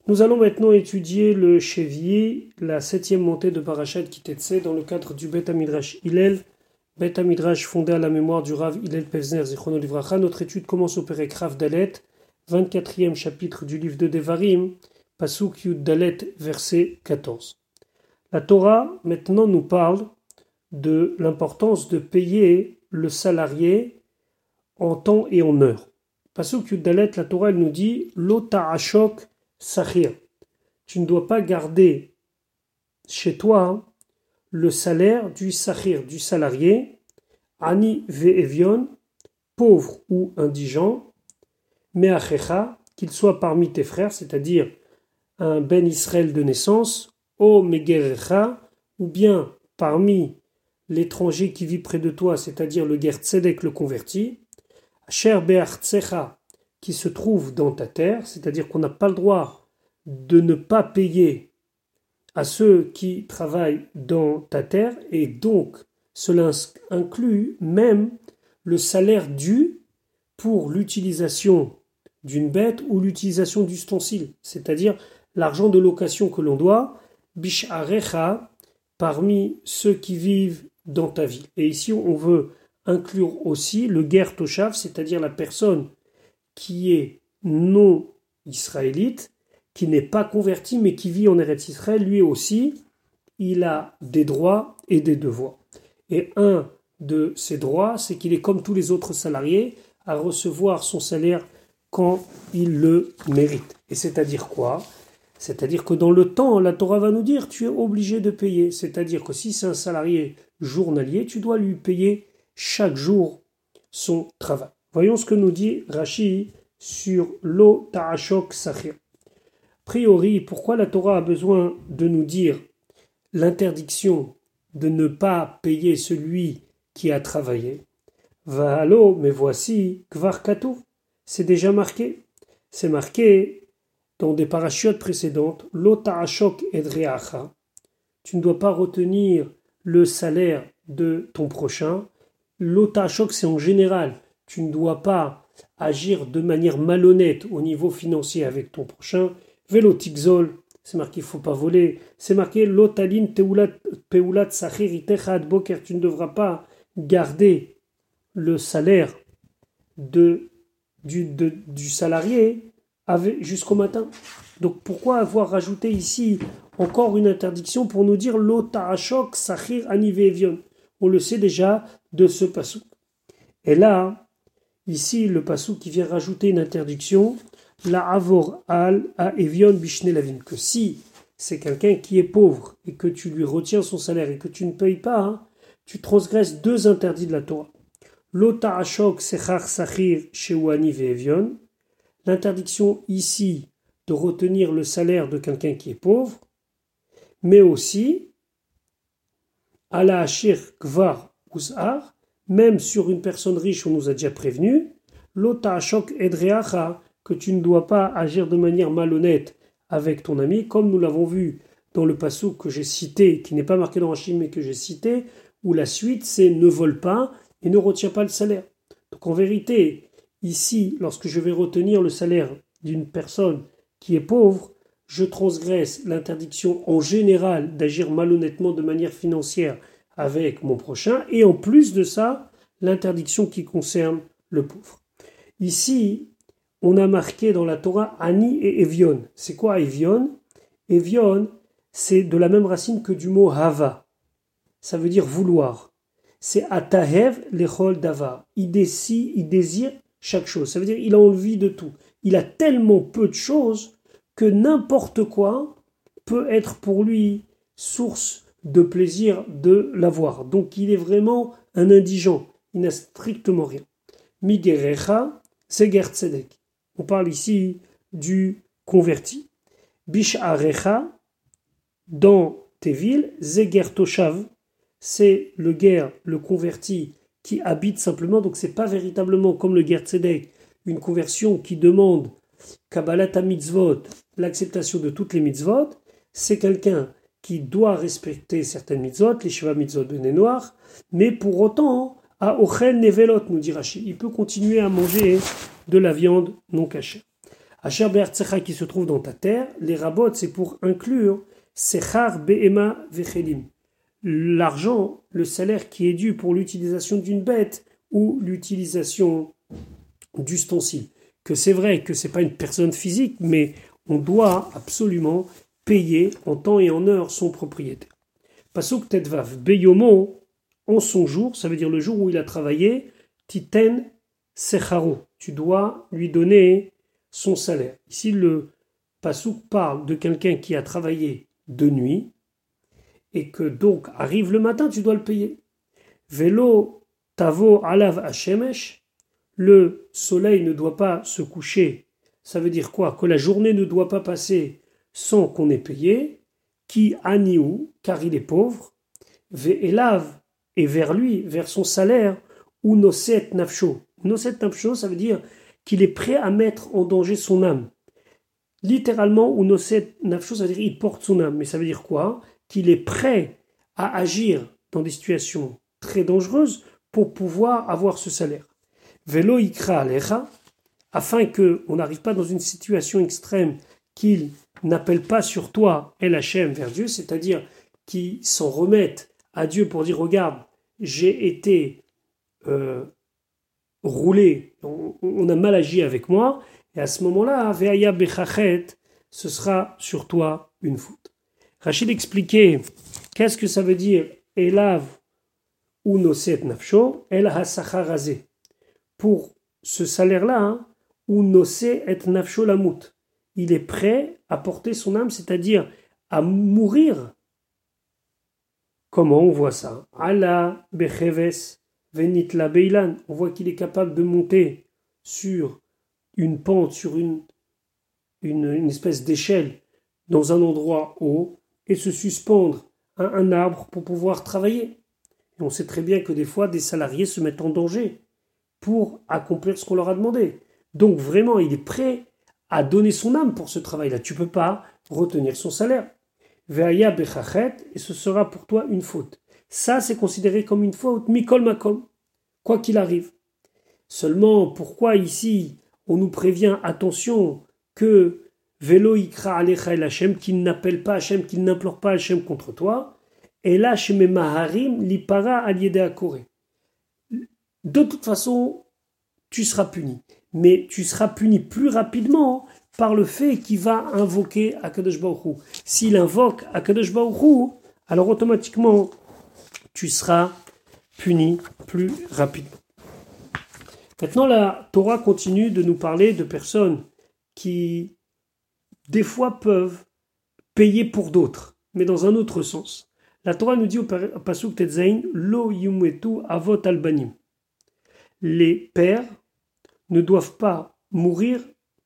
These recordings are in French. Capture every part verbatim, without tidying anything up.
Nous allons maintenant étudier le Chevier, la septième montée de Parashat Kitetse dans le cadre du Bet Midrash Hillel, Bet Midrash fondé à la mémoire du Rav Hillel Pevzner Zichrono Livracha. Notre étude commence au Perek Rav Dalet, vingt-quatrième chapitre du livre de Devarim, Pasuk Yud Dalet, verset quatorze. La Torah maintenant nous parle de l'importance de payer le salarié en temps et en heure. Pasuk Yud Dalet, la Torah elle nous dit Lo ta'ashok Sahir, tu ne dois pas garder chez toi le salaire du sahir, du salarié, ani ve'evion, pauvre ou indigent, me'achecha, qu'il soit parmi tes frères, c'est-à-dire un ben Israël de naissance, o megerecha, ou bien parmi l'étranger qui vit près de toi, c'est-à-dire le ger tzedek, le converti, asher be'artsecha, qui se trouve dans ta terre, c'est-à-dire qu'on n'a pas le droit de ne pas payer à ceux qui travaillent dans ta terre, et donc cela inclut même le salaire dû pour l'utilisation d'une bête ou l'utilisation d'ustensiles, c'est-à-dire l'argent de location que l'on doit, bisharecha, parmi ceux qui vivent dans ta ville. Et ici on veut inclure aussi le ger toshav, c'est-à-dire la personne qui est non israélite, qui n'est pas converti, mais qui vit en Eretz Israël, lui aussi, il a des droits et des devoirs. Et un de ses droits, c'est qu'il est comme tous les autres salariés, à recevoir son salaire quand il le mérite. Et c'est-à-dire quoi ? C'est-à-dire que dans le temps, la Torah va nous dire, tu es obligé de payer. C'est-à-dire que si c'est un salarié journalier, tu dois lui payer chaque jour son travail. Voyons ce que nous dit Rashi sur Lo ta'ashok sachir. A priori, pourquoi la Torah a besoin de nous dire l'interdiction de ne pas payer celui qui a travaillé ? Va'alo, mais voici, kvar katuv, c'est déjà marqué. C'est marqué dans des parachutes précédentes, Lo ta'ashok edreacha, tu ne dois pas retenir le salaire de ton prochain. Lo ta'ashok, c'est en général. Tu ne dois pas agir de manière malhonnête au niveau financier avec ton prochain. Vélo tigzol, c'est marqué il ne faut pas voler. C'est marqué lotalin peulat sachir itechad boker, tu ne devras pas garder le salaire de, du, de, du salarié avec, jusqu'au matin. Donc pourquoi avoir rajouté ici encore une interdiction pour nous dire lo ta'ashok sachir anivevion? On le sait déjà de ce passouk. Et là, ici, le passouk qui vient rajouter une interdiction, la avor al a evion bishne lavin, que si c'est quelqu'un qui est pauvre et que tu lui retiens son salaire et que tu ne payes pas, hein, tu transgresses deux interdits de la Torah. Lo ta'ashok sechar sachir shewani ve'evion, l'interdiction ici de retenir le salaire de quelqu'un qui est pauvre, mais aussi ala ashir kvar uzar, même sur une personne riche, on nous a déjà prévenu, lo ta'ashok edreacha, que tu ne dois pas agir de manière malhonnête avec ton ami, comme nous l'avons vu dans le passouk que j'ai cité, qui n'est pas marqué dans Rashi, mais que j'ai cité, où la suite c'est ne vole pas et ne retiens pas le salaire. Donc en vérité, ici, lorsque je vais retenir le salaire d'une personne qui est pauvre, je transgresse l'interdiction en général d'agir malhonnêtement de manière financière avec mon prochain, et en plus de ça, l'interdiction qui concerne le pauvre. Ici, on a marqué dans la Torah Ani et Evion. C'est quoi Evion ? Evion, c'est de la même racine que du mot Hava. Ça veut dire vouloir. C'est Atahev lechol davar. Il désire, il désire chaque chose. Ça veut dire il a envie de tout. Il a tellement peu de choses que n'importe quoi peut être pour lui source de plaisir de l'avoir. Donc il est vraiment un indigent. Il n'a strictement rien. Migerecha, c'est ger tzedek. On parle ici du converti. Bisharecha, dans tes villes, zeger toshav, c'est le ger, le converti, qui habite simplement, donc c'est pas véritablement comme le ger tzedek, une conversion qui demande kabbalat mitzvot, l'acceptation de toutes les mitzvot. C'est quelqu'un qui doit respecter certaines mitzvot, les sheva mitzvot de nez noir, mais pour autant, à ochel nevelot, nous dit Rashi, il peut continuer à manger de la viande non cachée. Asher be'artsecha qui se trouve dans ta terre, les rabots c'est pour inclure sechar be'ema vechelim. L'argent, le salaire qui est dû pour l'utilisation d'une bête ou l'utilisation d'ustensiles. Que c'est vrai que c'est pas une personne physique, mais on doit absolument payer en temps et en heure son propriétaire. Pasuk tetvav beyomo, en son jour, ça veut dire le jour où il a travaillé, titen secharo, tu dois lui donner son salaire. Ici, le pasuk parle de quelqu'un qui a travaillé de nuit et que donc arrive le matin, tu dois le payer. Velo tavo alav hashemesh, le soleil ne doit pas se coucher. Ça veut dire quoi? Que la journée ne doit pas passer sans qu'on ait payé. Qui aniou, car il est pauvre. Ve'elav, et vers lui, vers son salaire, ou noset nafsho. Noset nafsho, ça veut dire qu'il est prêt à mettre en danger son âme. Littéralement, ou noset nafsho, ça veut dire qu'il porte son âme. Mais ça veut dire quoi? Qu'il est prêt à agir dans des situations très dangereuses pour pouvoir avoir ce salaire. Velo ikra alecha, afin qu'on n'arrive pas dans une situation extrême qu'il n'appelle pas sur toi El Hachem vers Dieu, c'est-à-dire qu'il s'en remette à Dieu pour dire regarde, j'ai été euh, roulé, on, on a mal agi avec moi, et à ce moment-là, Ve'aya bechachet, ce sera sur toi une faute. Rachid expliquait qu'est-ce que ça veut dire Elav ou noset nafsho, El hasachar hazeh. Pour ce salaire-là, hein, ou noset et nafsho lamut. Il est prêt à porter son âme, c'est-à-dire à mourir. Comment on voit ça? Allah becheves venitla beilan. On voit qu'il est capable de monter sur une pente, sur une, une, une espèce d'échelle, dans un endroit haut, et se suspendre à un arbre pour pouvoir travailler. Et on sait très bien que des fois, des salariés se mettent en danger pour accomplir ce qu'on leur a demandé. Donc vraiment, il est prêt à donner son âme pour ce travail-là. Tu ne peux pas retenir son salaire. Ve'aya bechachet, et ce sera pour toi une faute. Ça, c'est considéré comme une faute, mikol makom, quoi qu'il arrive. Seulement, pourquoi ici, on nous prévient, attention, que Velo ikra alecha el Hashem, qu'il n'appelle pas Hashem, qu'il n'implore pas Hashem contre toi, et là, sheme maharim lipara aliede akore. De toute façon, tu seras puni. Mais tu seras puni plus rapidement par le fait qu'il va invoquer Akadosh Baruch Hu. S'il invoque Akadosh Baruch Hu, alors automatiquement, tu seras puni plus rapidement. Maintenant, la Torah continue de nous parler de personnes qui, des fois, peuvent payer pour d'autres, mais dans un autre sens. La Torah nous dit au Pasuk Tetzain, Lo yumetu avot albanim. Les pères ne doivent pas mourir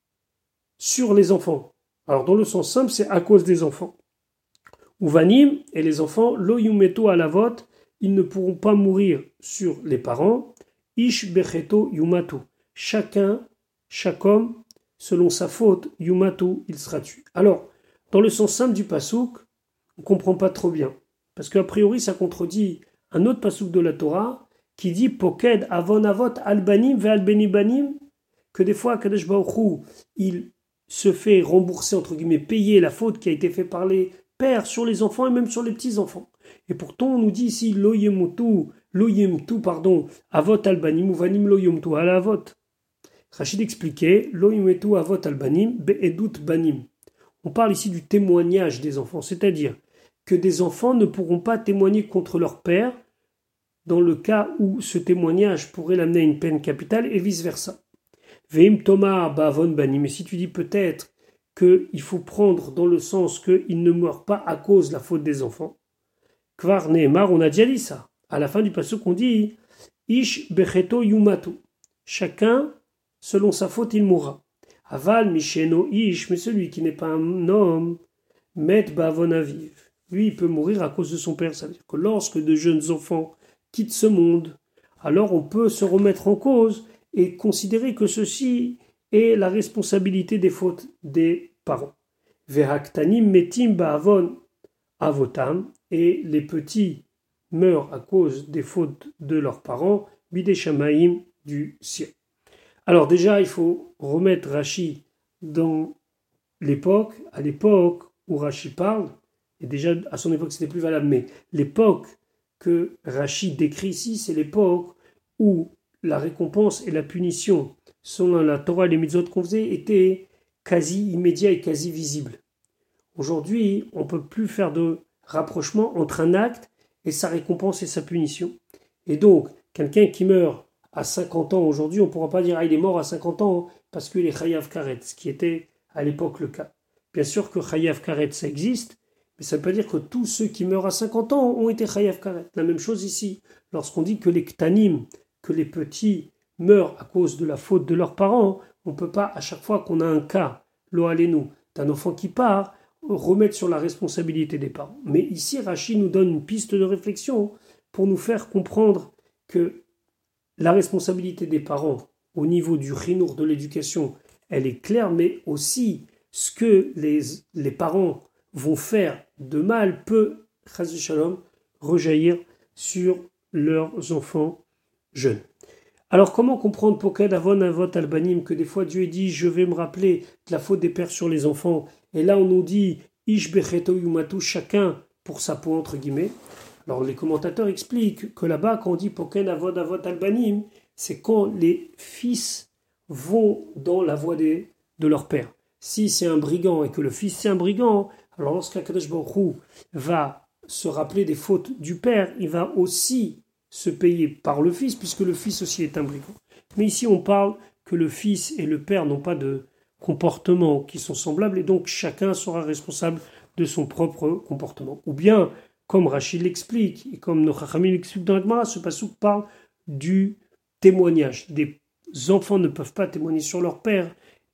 sur les enfants. Alors dans le sens simple, c'est à cause des enfants. Uvanim, et les enfants, lo yumeto alavot, ils ne pourront pas mourir sur les parents. Ish becheto yumatu. Chacun, chaque homme, selon sa faute, yumatu, il sera tué. Alors, dans le sens simple du pasouk, on ne comprend pas trop bien. Parce qu'a priori, ça contredit un autre pasouk de la Torah, qui dit Poked avon avot albanim ve albenibanim, que des fois Kadesh Baruch Hu, il se fait rembourser, entre guillemets, payer la faute qui a été faite par les pères sur les enfants et même sur les petits-enfants. Et pourtant, on nous dit ici lo yemutu, lo yemtu, pardon, avot albanim, uvanim lo yemtu ala avot. Rachid expliquait lo yemutu avot albanim be'edut banim. On parle ici du témoignage des enfants, c'est-à-dire que des enfants ne pourront pas témoigner contre leur père dans le cas où ce témoignage pourrait l'amener à une peine capitale et vice-versa. Veim Toma Bavon Bani, mais si tu dis peut-être qu'il faut prendre dans le sens qu'il ne meurt pas à cause de la faute des enfants, Kvar Nehemar, on a déjà dit ça. À la fin du passage qu'on dit Ish Becheto Yumatu. Chacun, selon sa faute, il mourra. Aval Misheno Ish, mais celui qui n'est pas un homme, Met Bavon Aviv. Lui, il peut mourir à cause de son père. Ça veut dire que lorsque de jeunes enfants quitte ce monde, alors on peut se remettre en cause et considérer que ceci est la responsabilité des fautes des parents. Vehaktanim metim ba'avon avotam, et les petits meurent à cause des fautes de leurs parents, bidei shamaim, du ciel. Alors déjà, il faut remettre Rashi dans l'époque, à l'époque où Rashi parle, et déjà à son époque c'était plus valable, mais l'époque que Rashi décrit ici, c'est l'époque où la récompense et la punition, selon la Torah et les mitzvot qu'on faisait, étaient quasi immédiats et quasi visibles. Aujourd'hui, on ne peut plus faire de rapprochement entre un acte et sa récompense et sa punition. Et donc, quelqu'un qui meurt à cinquante ans aujourd'hui, on ne pourra pas dire « Ah, il est mort à cinquante ans parce qu'il est Chayav Karet », ce qui était à l'époque le cas. Bien sûr que Chayav Karet, ça existe, mais ça ne veut pas dire que tous ceux qui meurent à cinquante ans ont été Chayav Karet. La même chose ici, lorsqu'on dit que les Ktanim, que les petits meurent à cause de la faute de leurs parents, on ne peut pas, à chaque fois qu'on a un cas, lo alenu, d'un enfant qui part, remettre sur la responsabilité des parents. Mais ici, Rashi nous donne une piste de réflexion pour nous faire comprendre que la responsabilité des parents au niveau du chinour de l'éducation, elle est claire, mais aussi ce que les, les parents vont faire de mal peut, chas v'shalom, rejaillir sur leurs enfants jeunes. Alors comment comprendre Poked Avon Avot Albanim, que des fois Dieu dit je vais me rappeler de la faute des pères sur les enfants, et là on nous dit Ish Becheto Yumatu, chacun pour sa peau entre guillemets. Alors les commentateurs expliquent que là-bas quand on dit Poked Avon Avot Albanim, c'est quand les fils vont dans la voie des, de leur père. Si c'est un brigand et que le fils c'est un brigand, alors lorsqu'Akadosh Baruch Hu va se rappeler des fautes du père, il va aussi se payer par le fils, puisque le fils aussi est un brigand. Mais ici, on parle que le fils et le père n'ont pas de comportements qui sont semblables, et donc chacun sera responsable de son propre comportement. Ou bien, comme Rachid l'explique, et comme nos Chachamim l'expliquent dans la Gemara, ce passouk parle du témoignage. Des enfants ne peuvent pas témoigner sur leur père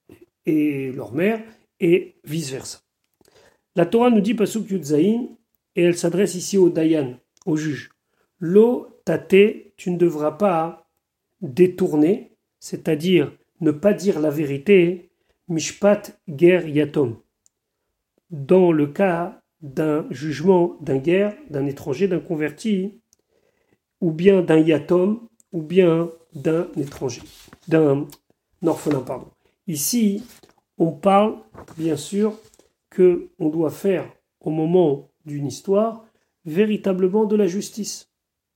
et leur mère, et vice-versa. La Torah nous dit passouk Yud Zayin, et elle s'adresse ici au Dayan, au juge. Lo tate, tu ne devras pas détourner, c'est-à-dire ne pas dire la vérité, mishpat ger yatom. Dans le cas d'un jugement d'un guerre, d'un étranger, d'un converti, ou bien d'un yatom, ou bien d'un étranger, d'un orphelin, pardon. Ici, on parle, bien sûr, qu'on doit faire, au moment d'une histoire, véritablement de la justice.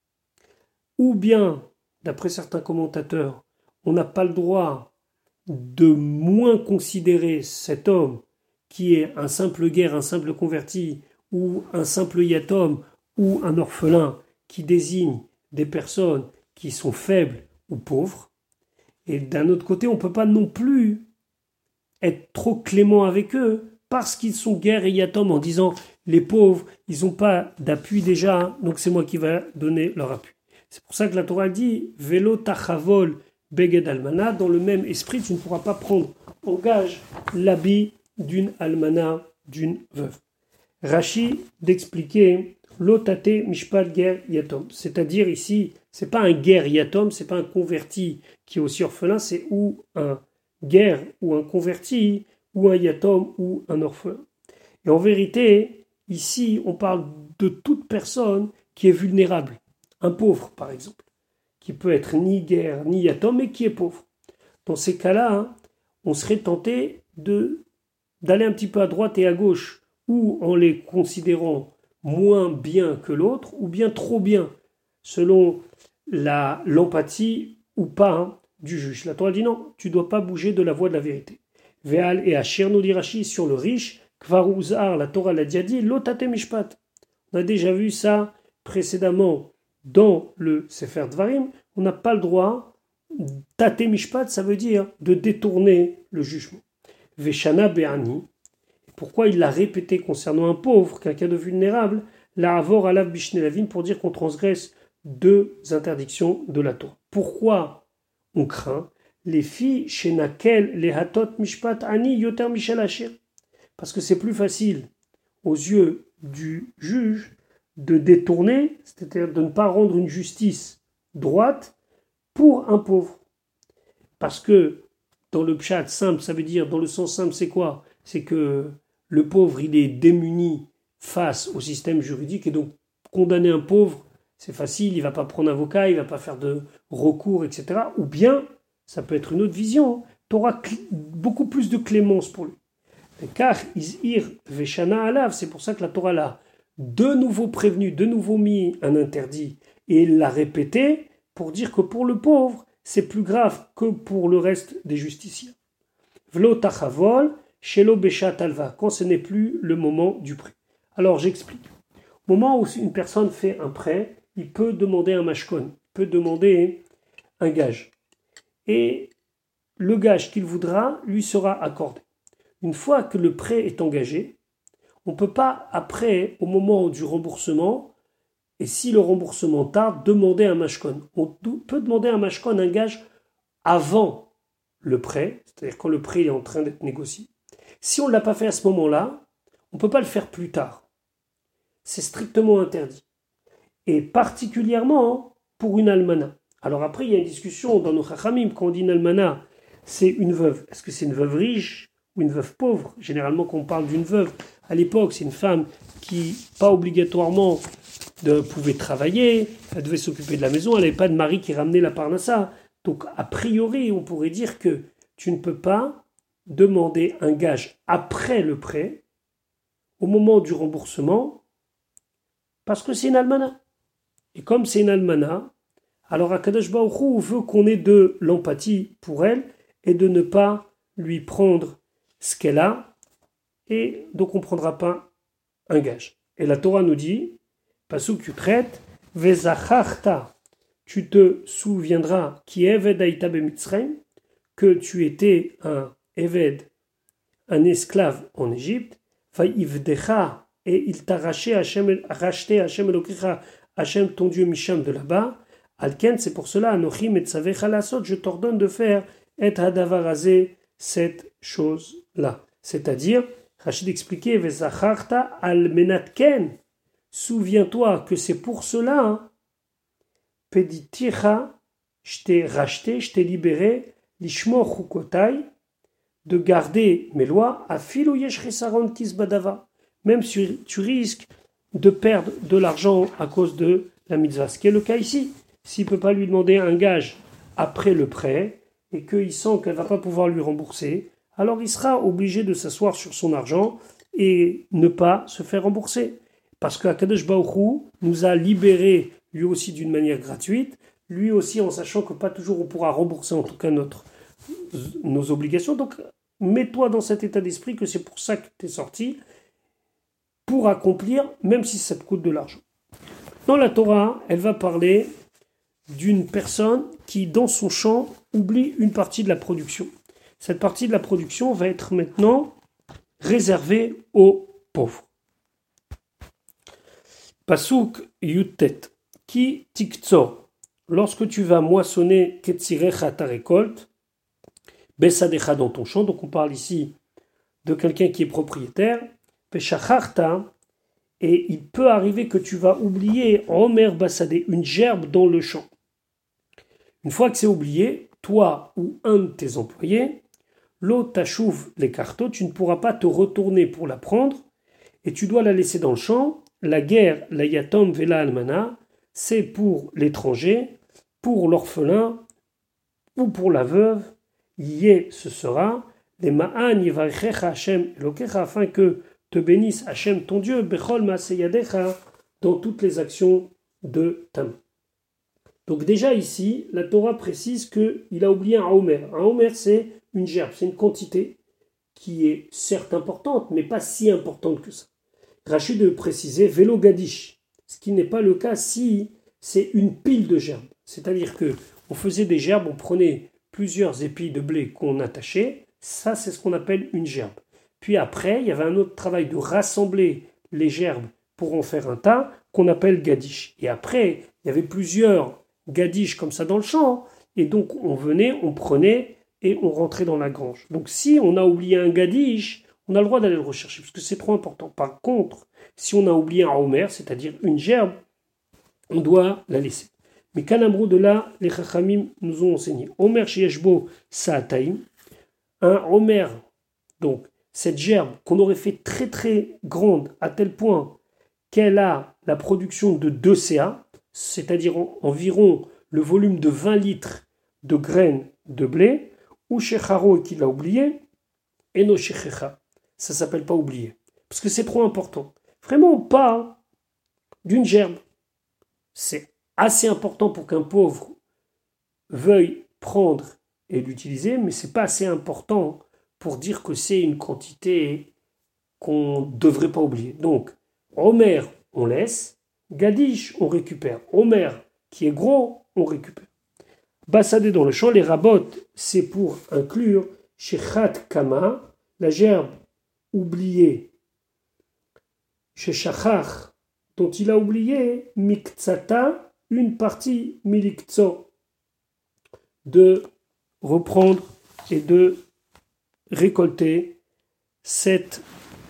Ou bien, d'après certains commentateurs, on n'a pas le droit de moins considérer cet homme qui est un simple guerre, un simple converti, ou un simple yatom, ou un orphelin, qui désigne des personnes qui sont faibles ou pauvres. Et d'un autre côté, on ne peut pas non plus être trop clément avec eux, parce qu'ils sont guerre et yatom, en disant les pauvres, ils n'ont pas d'appui déjà, donc c'est moi qui vais donner leur appui. C'est pour ça que la Torah dit Velo tachavol beged almana, dans le même esprit, tu ne pourras pas prendre en gage l'habit d'une almana, d'une veuve. Rashi d'expliquer Lotate mishpat ger yatom, c'est-à-dire ici, c'est pas un ger yatom, c'est pas un converti qui est aussi orphelin, c'est ou un ger ou un converti, ou un yatom ou un orphelin. Et en vérité, ici, on parle de toute personne qui est vulnérable. Un pauvre, par exemple, qui peut être ni guerre, ni yatom, mais qui est pauvre. Dans ces cas-là, hein, on serait tenté de, d'aller un petit peu à droite et à gauche, ou en les considérant moins bien que l'autre, ou bien trop bien, selon la, l'empathie ou pas hein, du juge. La Torah dit non, tu ne dois pas bouger de la voie de la vérité. Ve'al et Asher nous dit Rashi sur le riche, Kvar Uzar, la Torah l'a déjà dit, Lotate Mishpat. On a déjà vu ça précédemment dans le Sefer Dvarim, on n'a pas le droit, tate mishpat, ça veut dire de détourner le jugement. Veshana be'ani, pourquoi il l'a répété concernant un pauvre, quelqu'un de vulnérable, la avor alav bishnelavim, pour dire qu'on transgresse deux interdictions de la Torah. Pourquoi on craint les filles chez nakel les hatot mishpat ani yoter mishal asher, parce que c'est plus facile aux yeux du juge de détourner, c'est-à-dire de ne pas rendre une justice droite pour un pauvre. Parce que dans le pshat simple, ça veut dire, dans le sens simple, c'est quoi ? C'est que le pauvre, il est démuni face au système juridique, et donc condamner un pauvre, c'est facile, il ne va pas prendre avocat, il ne va pas faire de recours, et cetera. Ou bien, ça peut être une autre vision, tu auras cl- beaucoup plus de clémence pour lui. Car Izir Veshana Alav, c'est pour ça que la Torah l'a de nouveau prévenu, de nouveau mis un interdit, et il l'a répété pour dire que pour le pauvre, c'est plus grave que pour le reste des justiciers. Vlo tachavol, shelo beshat alva, quand ce n'est plus le moment du prêt. Alors j'explique. Au moment où une personne fait un prêt, il peut demander un mashkon, il peut demander un gage. Et le gage qu'il voudra lui sera accordé. Une fois que le prêt est engagé, on ne peut pas, après, au moment du remboursement, et si le remboursement tarde, demander un mashkon. On peut demander un mashkon, un gage, avant le prêt, c'est-à-dire quand le prêt est en train d'être négocié. Si on ne l'a pas fait à ce moment-là, on ne peut pas le faire plus tard. C'est strictement interdit. Et particulièrement pour une almana. Alors après, il y a une discussion dans nos chachamim, quand on dit une almana, c'est une veuve. Est-ce que c'est une veuve riche ou une veuve pauvre? Généralement, quand on parle d'une veuve, à l'époque, c'est une femme qui, pas obligatoirement, de, pouvait travailler, elle devait s'occuper de la maison, elle n'avait pas de mari qui ramenait la parnassa. Donc, a priori, on pourrait dire que tu ne peux pas demander un gage après le prêt, au moment du remboursement, parce que c'est une almana. Et comme c'est une almana, alors Akadosh Baruch Hu veut qu'on ait de l'empathie pour elle et de ne pas lui prendre ce qu'elle a, et donc on ne prendra pas un gage. Et la Torah nous dit, Pasuk Yutret, Vezacharta, tu te souviendras, qui Eved Aïta Bemitzrayim, que tu étais un Eved, un esclave en Égypte, Vaïvdecha, et il t'a racheté Hachem, racheté Hachem Elokecha, Hachem ton Dieu Misham de là-bas, Alken, c'est pour cela, Anochim et Tzavecha Lasot, je t'ordonne de faire et Hadavarazé, cette chose-là. C'est-à-dire, Rachid expliquait, Vezacharta al menatken, souviens-toi que c'est pour cela, hein, Pediticha, je t'ai racheté, je t'ai libéré, Lishmo Chukotai, de garder mes lois, à filo yesh chesaron kisbadava, même si tu risques de perdre de l'argent à cause de la mitzvah. Ce qui est le cas ici. S'il ne peut pas lui demander un gage après le prêt et qu'il sent qu'elle ne va pas pouvoir lui rembourser, alors il sera obligé de s'asseoir sur son argent et ne pas se faire rembourser. Parce qu'Akadosh Baruch Hu nous a libérés lui aussi d'une manière gratuite, lui aussi en sachant que pas toujours on pourra rembourser en tout cas notre, nos obligations. Donc mets-toi dans cet état d'esprit que c'est pour ça que tu es sorti, pour accomplir, même si ça te coûte de l'argent. Dans la Torah, elle va parler d'une personne qui, dans son champ, oublie une partie de la production. Cette partie de la production va être maintenant réservée aux pauvres. Pasuk Yutet, qui tiktsor, lorsque tu vas moissonner ketzirecha ta récolte, besadecha dans ton champ, donc on parle ici de quelqu'un qui est propriétaire, peshacharta, et il peut arriver que tu vas oublier Omer Bassadé, une gerbe dans le champ. Une fois que c'est oublié, toi ou un de tes employés, l'eau t'achouve les cartos, tu ne pourras pas te retourner pour la prendre et tu dois la laisser dans le champ. La guerre, la yatom vela almana, c'est pour l'étranger, pour l'orphelin ou pour la veuve. Yé, ce sera, les ma'an yivarechecha Hashem elokecha, afin que te bénisse Hashem ton Dieu, bechol ma'aseyadecha, dans toutes les actions de ta main. Donc déjà ici, la Torah précise qu'il a oublié un homer. Un homer, c'est une gerbe, c'est une quantité qui est certes importante, mais pas si importante que ça. Rachid de préciser vélo gadish, ce qui n'est pas le cas si c'est une pile de gerbes. C'est-à-dire que on faisait des gerbes, on prenait plusieurs épis de blé qu'on attachait, ça c'est ce qu'on appelle une gerbe. Puis après, il y avait un autre travail de rassembler les gerbes pour en faire un tas qu'on appelle gadish. Et après, il y avait plusieurs gadish comme ça dans le champ, et donc on venait, on prenait et on rentrait dans la grange. Donc si on a oublié un gadish, on a le droit d'aller le rechercher parce que c'est trop important. Par contre, si on a oublié un homer, c'est-à-dire une gerbe, on doit la laisser. Mais Kanamrou de là, les chachamim nous ont enseigné. Homer sheyeshbo saataim, un homer, donc cette gerbe qu'on aurait fait très très grande à tel point qu'elle a la production de deux C A, c'est-à-dire environ le volume de vingt litres de graines de blé, ou shecharo qu'il a oublié, et no shechecha. Ça s'appelle pas oublier. Parce que c'est trop important. Vraiment, on parle d'une gerbe. C'est assez important pour qu'un pauvre veuille prendre et l'utiliser, mais c'est pas assez important pour dire que c'est une quantité qu'on ne devrait pas oublier. Donc, Omer, on laisse. Gadish, on récupère. Omer, qui est gros, on récupère. Bassadé dans le champ, les rabotes, c'est pour inclure Shechat Kama, la gerbe oubliée, chez Shachach, dont il a oublié Miktsata, une partie Milikzo, de reprendre et de récolter cette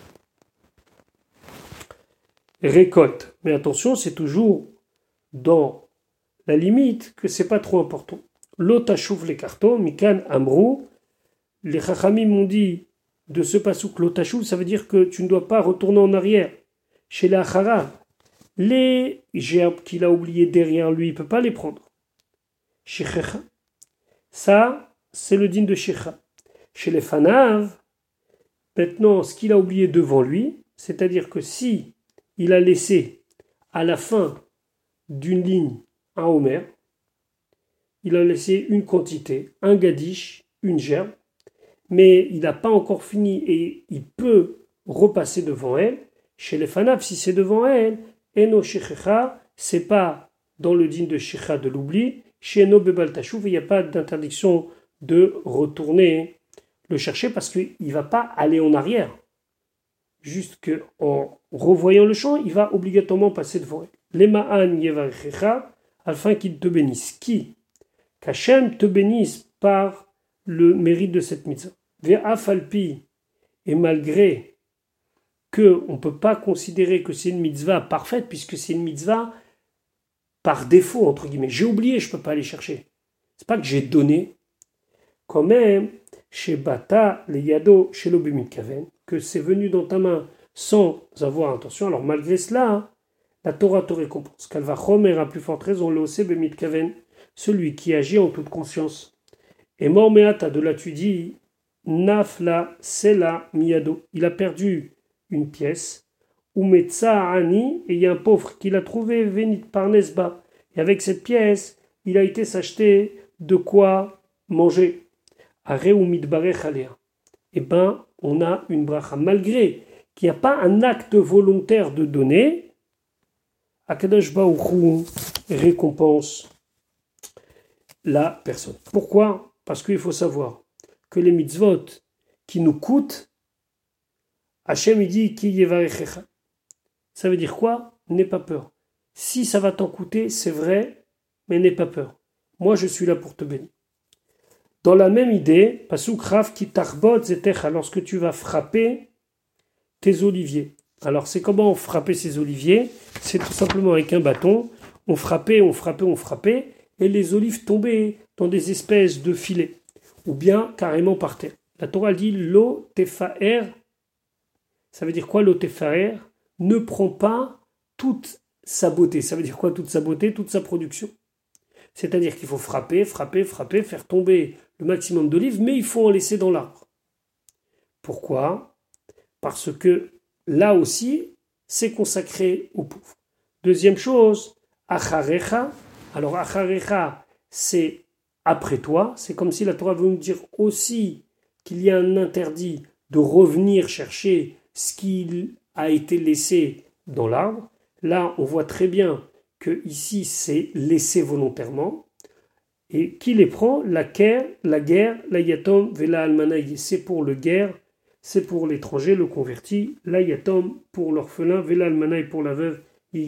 récolte. Mais attention, c'est toujours dans la limite que c'est pas trop important. L'otachouf les cartons, mikan amrou, les chachamim m'ont dit de ce pasouk l'otachouf, ça veut dire que tu ne dois pas retourner en arrière. Chez la chara, les gerbes qu'il a oubliées derrière lui, il ne peut pas les prendre. Shechecha, ça, c'est le din de Shecha. Chez les fanav, maintenant, ce qu'il a oublié devant lui, c'est-à-dire que si il a laissé à la fin d'une ligne un homer, il a laissé une quantité, un gadish, une gerbe, mais il n'a pas encore fini et il peut repasser devant elle. Chez les fanav, si c'est devant elle, eno shechecha, c'est pas dans le din de shecha de l'oubli. Chez eno bebal tachouv, il n'y a pas d'interdiction de retourner le chercher parce qu'il ne va pas aller en arrière. Juste qu'en revoyant le champ, il va obligatoirement passer devant elle. Les ma'an yevarechecha, afin qu'il te bénisse. Qui? Qu'Hachem te bénisse par le mérite de cette mitzvah. Ve'afalpi, et malgré qu'on ne peut pas considérer que c'est une mitzvah parfaite, puisque c'est une mitzvah par défaut, entre guillemets. J'ai oublié, je ne peux pas aller chercher. C'est pas que j'ai donné. Quand même, chez Bata, les Yado, chez l'Obimikaven, que c'est venu dans ta main sans avoir intention. Alors malgré cela, la Torah te récompense. Kalva Chomer a plus forte raison, le Ose Bemitkaven, celui qui agit en toute conscience. Et Mormeata, de là tu dis, Nafla Sela Miyado, il a perdu une pièce, ou Metsa Ani, et il y a un pauvre qui l'a trouvé, Venit par Nesba. Et avec cette pièce, il a été s'acheter de quoi manger. Areu Mitbarech Alea. Eh bien, on a une bracha. Malgré qu'il n'y a pas un acte volontaire de donner, Akadosh Baruch Hu récompense la personne. Pourquoi? Parce qu'il faut savoir que les mitzvot qui nous coûtent, Hachem il dit Ki yevarechecha. Ça veut dire quoi? N'aie pas peur. Si ça va t'en coûter, c'est vrai, mais n'aie pas peur. Moi, je suis là pour te bénir. Dans la même idée, Pasuk Rav ki tarbot zetecha, lorsque tu vas frapper tes oliviers. Alors, c'est comment frapper ces oliviers? C'est tout simplement avec un bâton. On frappait, on frappait, on frappait, et les olives tombaient dans des espèces de filets, ou bien carrément par terre. La Torah dit lo tefaer. Ça veut dire quoi lo tefaer? Ne prend pas toute sa beauté. Ça veut dire quoi toute sa beauté, toute sa production? C'est-à-dire qu'il faut frapper, frapper, frapper, faire tomber le maximum d'olives, mais il faut en laisser dans l'arbre. Pourquoi? Parce que là aussi, c'est consacré aux pauvres. Deuxième chose, acharecha. Alors acharecha, c'est après toi. C'est comme si la Torah veut nous dire aussi qu'il y a un interdit de revenir chercher ce qui a été laissé dans l'arbre. Là, on voit très bien que ici c'est laissé volontairement. Et qui les prend? La guerre, la guerre, la yatom, vela almanaï. C'est pour le guerre, c'est pour l'étranger, le converti. La yatom pour l'orphelin, vela almanaï pour la veuve.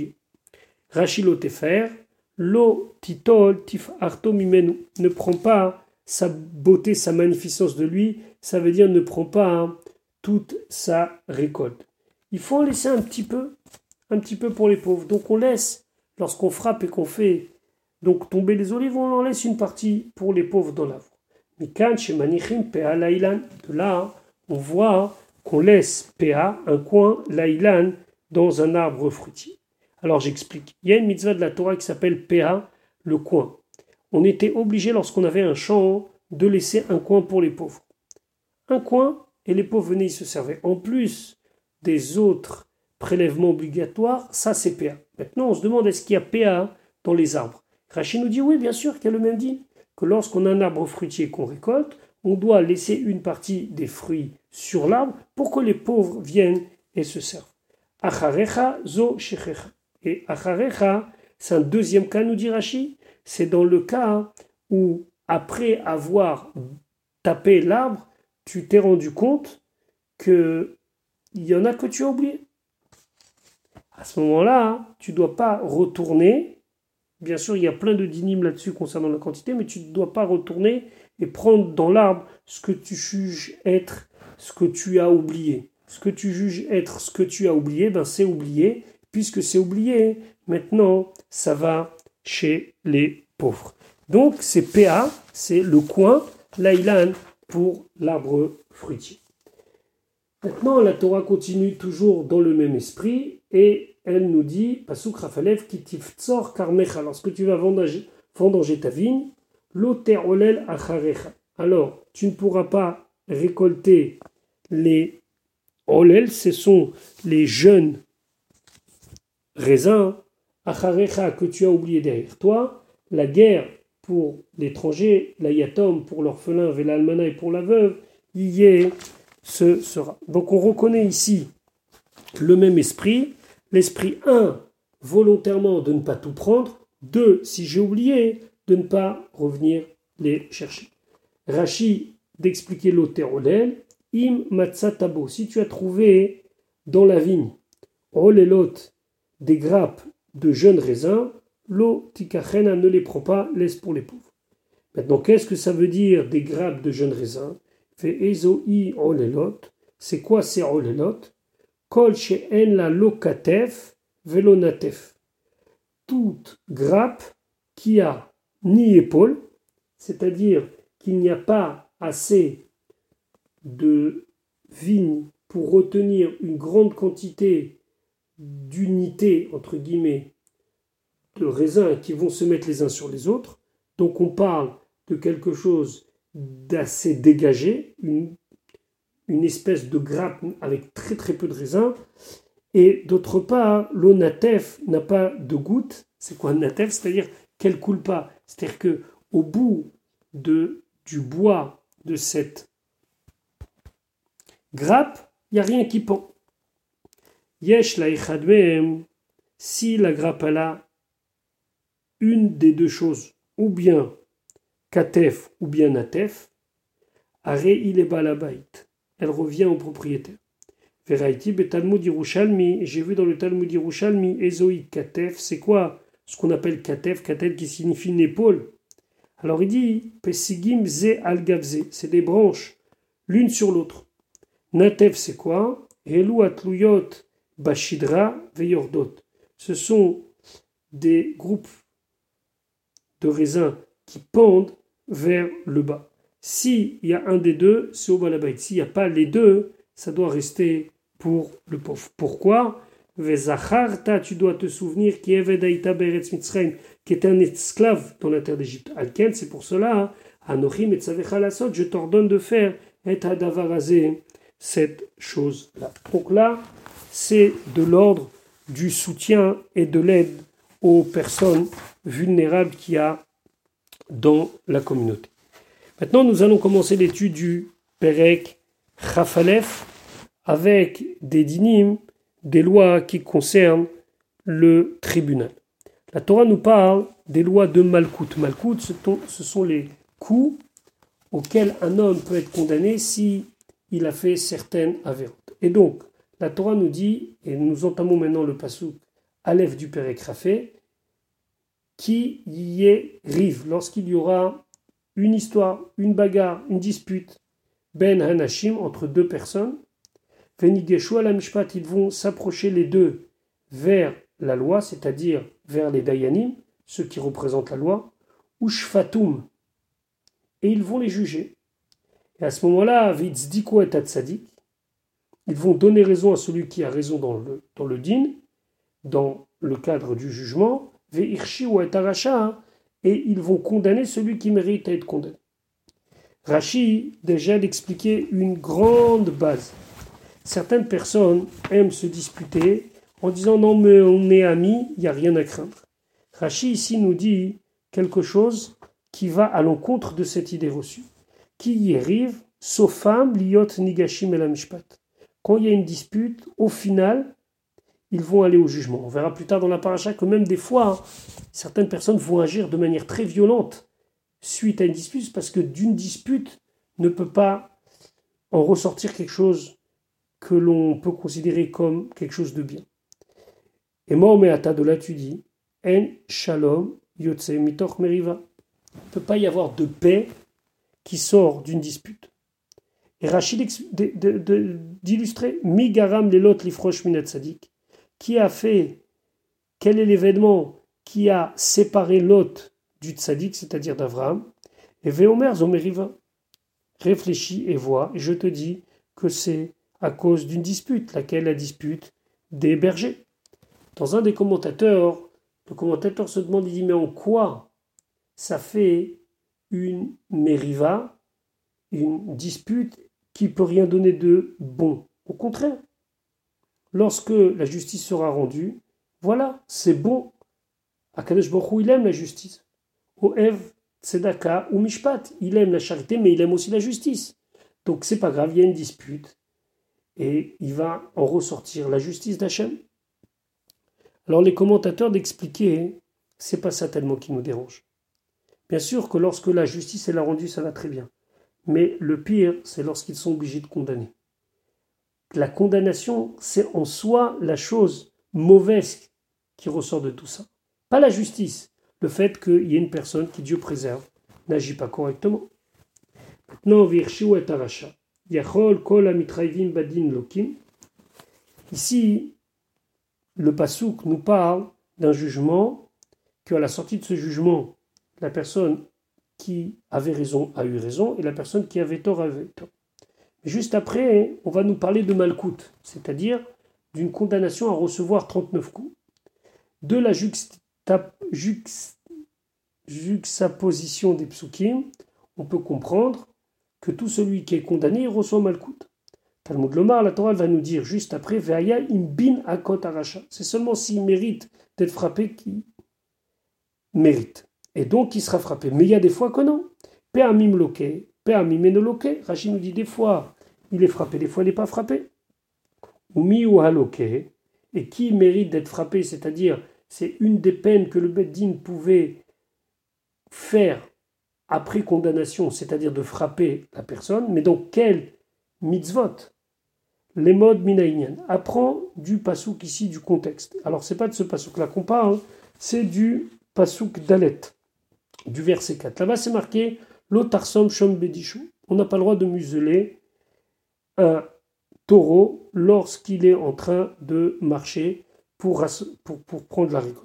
Rachilo tefer, lo titol tif arto mimenu. Ne prend pas sa beauté, sa magnificence de lui. Ça veut dire ne prend pas hein, toute sa récolte. Il faut en laisser un petit peu, un petit peu pour les pauvres. Donc on laisse, lorsqu'on frappe et qu'on fait donc tomber les olives, on en laisse une partie pour les pauvres dans l'arbre. Mikan chez Manichim Pea Laïlan. De là, on voit qu'on laisse Pea, un coin, Laïlan, dans un arbre fruitier. Alors j'explique. Il y a une mitzvah de la Torah qui s'appelle Pea, le coin. On était obligé, lorsqu'on avait un champ, de laisser un coin pour les pauvres. Un coin, et les pauvres venaient y se servaient. En plus des autres prélèvements obligatoires, ça c'est P A. Maintenant, on se demande est-ce qu'il y a P A dans les arbres. Rachid nous dit oui, bien sûr qu'il y a le même dit que lorsqu'on a un arbre fruitier qu'on récolte, on doit laisser une partie des fruits sur l'arbre pour que les pauvres viennent et se servent. Acharecha zo shechecha. Et acharecha, c'est un deuxième cas, nous dit Rachid. C'est dans le cas où, après avoir tapé l'arbre, tu t'es rendu compte qu'il y en a que tu as oublié. À ce moment-là, tu ne dois pas retourner. Bien sûr, il y a plein de dynimes là-dessus concernant la quantité, mais tu ne dois pas retourner et prendre dans l'arbre ce que tu juges être ce que tu as oublié. Ce que tu juges être ce que tu as oublié, ben c'est oublié. Puisque c'est oublié, maintenant, ça va chez les pauvres. Donc, c'est P A, c'est le coin, l'Aïlan, pour l'arbre fruitier. Maintenant, la Torah continue toujours dans le même esprit et elle nous dit, Pasuk Rafalev, Kitif Tzor Karmecha, lorsque tu vas vendanger, vendanger ta vigne, Loter Olel Acharecha. Alors, tu ne pourras pas récolter les Olel, ce sont les jeunes raisins, Acharecha, que tu as oublié derrière toi, la guerre pour l'étranger, la yatom pour l'orphelin, Vela Almana et pour la veuve, y est, ce sera. Donc on reconnaît ici le même esprit, l'esprit un, volontairement de ne pas tout prendre, deux, si j'ai oublié, de ne pas revenir les chercher. Rashi d'expliquer l'oterolel, im matzatabo, si tu as trouvé dans la vigne, olelot, des grappes de jeunes raisins, l'eau tikachena ne les prend pas, laisse pour les pauvres. Maintenant, qu'est-ce que ça veut dire des grappes de jeunes raisins? Fait ezoi olelot. C'est quoi ces olelot? Kol she'en la lokatef velonatef. Toute grappe qui a ni épaule, c'est-à-dire qu'il n'y a pas assez de vignes pour retenir une grande quantité d'unités, entre guillemets, de raisins qui vont se mettre les uns sur les autres. Donc on parle de quelque chose d'assez dégagé, une, une espèce de grappe avec très très peu de raisins. Et d'autre part, l'eau natef n'a pas de goutte. C'est quoi un natef? C'est-à-dire qu'elle coule pas. C'est-à-dire qu'au bout de, du bois de cette grappe, il n'y a rien qui pend. Yesh la ichadmeem, si la grappe elle a une des deux choses, ou bien katef ou bien natef, are il est balabait, elle revient au propriétaire. Veraiti betalmud Yerushalmi, j'ai vu dans le Talmud Yerushalmi, ezoi katef, c'est quoi ce qu'on appelle katef, katef qui signifie une épaule. Alors il dit, pesigim ze al gavze, c'est des branches, l'une sur l'autre. Natef c'est quoi? Helu atluyot bashidra veyordot. Ce sont des groupes de raisins qui pendent vers le bas. S'il y a un des deux, c'est au balabait. S'il n'y a pas les deux, ça doit rester pour le pauvre. Pourquoi? Vezacharta, tu dois te souvenir qui evedaïta beretz Mitzrayim, qui était un esclave dans la terre d'Égypte. Alken, c'est pour cela, Anochim et Tzavecha lasot, je t'ordonne de faire et adavarazé, cette chose-là. Donc là, c'est de l'ordre du soutien et de l'aide aux personnes vulnérables qu'il y a dans la communauté. Maintenant, nous allons commencer l'étude du Perek Chafalef avec des dynim, des lois qui concernent le tribunal. La Torah nous parle des lois de Malkout. Malkout, ce sont les coups auxquels un homme peut être condamné si il a fait certaines avérotes. Et donc, la Torah nous dit, et nous entamons maintenant le passouk Aleph du Perek Rafé, qui y est rive, lorsqu'il y aura une histoire, une bagarre, une dispute, ben hanashim, entre deux personnes, venigeshu ala mishpat, ils vont s'approcher les deux vers la loi, c'est-à-dire vers les dayanim, ceux qui représentent la loi, ou shfatum, et ils vont les juger. Et à ce moment-là, vitzdiko et atzadik, ils vont donner raison à celui qui a raison dans le, dans le din, dans le cadre du jugement, ve'irshi ou et aracha, et ils vont condamner celui qui mérite à être condamné. Rashi, déjà d'expliquer une grande base. Certaines personnes aiment se disputer en disant non mais on est amis, il n'y a rien à craindre. Rashi ici nous dit quelque chose qui va à l'encontre de cette idée reçue. Qui y arrive, sofam liot nigashim el mishpat. Quand il y a une dispute, au final, ils vont aller au jugement. On verra plus tard dans la paracha que même des fois, certaines personnes vont agir de manière très violente suite à une dispute, parce que d'une dispute ne peut pas en ressortir quelque chose que l'on peut considérer comme quelque chose de bien. Et Mahoméata, de là tu dis, En shalom yotse mitoch meriva. Il ne peut pas y avoir de paix qui sort d'une dispute. Et Rachid d'illustrer, Mi garam lelot lifrosh minat tzadik, qui a fait, quel est l'événement qui a séparé Lot du tzadik, c'est-à-dire d'Avraham, et Veomer zomeriva, réfléchis et vois, et je te dis que c'est à cause d'une dispute, laquelle la dispute des bergers. Dans un des commentateurs, le commentateur se demande, il dit, mais en quoi ça fait une mériva, une dispute qui ne peut rien donner de bon? Au contraire, lorsque la justice sera rendue, voilà, c'est bon. Akadosh Baruch Hu, il aime la justice. Oev tzedaka ou mishpat, il aime la charité, mais il aime aussi la justice. Donc c'est pas grave, il y a une dispute, et il va en ressortir la justice d'Hachem. Alors les commentateurs d'expliquer, c'est pas ça tellement qui nous dérange. Bien sûr que lorsque la justice est rendue, ça va très bien. Mais le pire, c'est lorsqu'ils sont obligés de condamner. La condamnation, c'est en soi la chose mauvaise qui ressort de tout ça. Pas la justice. Le fait qu'il y ait une personne qui, Dieu préserve, n'agit pas correctement. Maintenant, Virshiu et Aracha. Yachol kol amitraivim badin lokim. Ici, le pasouk nous parle d'un jugement, qu'à la sortie de ce jugement, la personne qui avait raison a eu raison, et la personne qui avait tort avait tort. Mais juste après, on va nous parler de malkout, c'est-à-dire d'une condamnation à recevoir trente-neuf coups. De la juxta, jux, juxtaposition des psukim, on peut comprendre que tout celui qui est condamné reçoit malkout. Talmud Lomar, la Torah va nous dire juste après, Ve'aya im bin akot aracha. C'est seulement s'il mérite d'être frappé qu'il mérite. Et donc il sera frappé. Mais il y a des fois que non. Pe'amim loke, pe'amim enoloke. Rachid nous dit des fois il est frappé, des fois il n'est pas frappé. Umi ou haloke. Et qui mérite d'être frappé, c'est-à-dire c'est une des peines que le Beddin pouvait faire après condamnation, c'est-à-dire de frapper la personne. Mais dans quel mitzvot? Les modes minaïnian. Apprend du pasouk ici, du contexte. Alors c'est pas de ce pasouk-là qu'on parle, c'est du pasouk dalet, du verset quatre. Là-bas c'est marqué Lotarsom shom bedishu. On n'a pas le droit de museler un taureau lorsqu'il est en train de marcher pour, pour, pour prendre la récolte.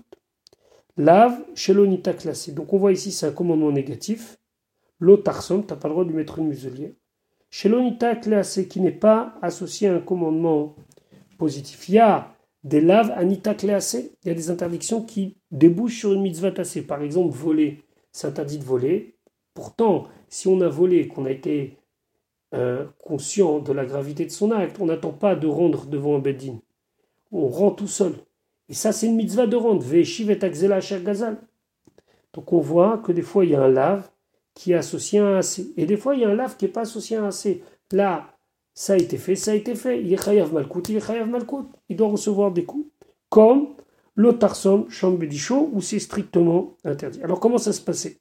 Lave shelonita classé. Donc on voit ici c'est un commandement négatif. Lotarsom, tu n'as pas le droit de lui mettre une muselière. Shelonita classé qui n'est pas associé à un commandement positif. Il y a des laves anita classé, il y a des interdictions qui débouchent sur une mitzvah tassée. Par exemple, voler, c'est interdit de voler. Pourtant, si on a volé, qu'on a été euh, conscient de la gravité de son acte, on n'attend pas de rendre devant un beddin. On rend tout seul. Et ça, c'est une mitzvah de rendre. Ve'eshiv et akzela asher gazal. Donc on voit que des fois, il y a un lave qui est associé à un assez. Et des fois, il y a un lave qui n'est pas associé à un assez. Là, ça a été fait, ça a été fait. Il est chayav malkout, il est chayav malkout. Il doit recevoir des coups. Comme l'otarsom shambedisho, où c'est strictement interdit. Alors, comment ça se passait?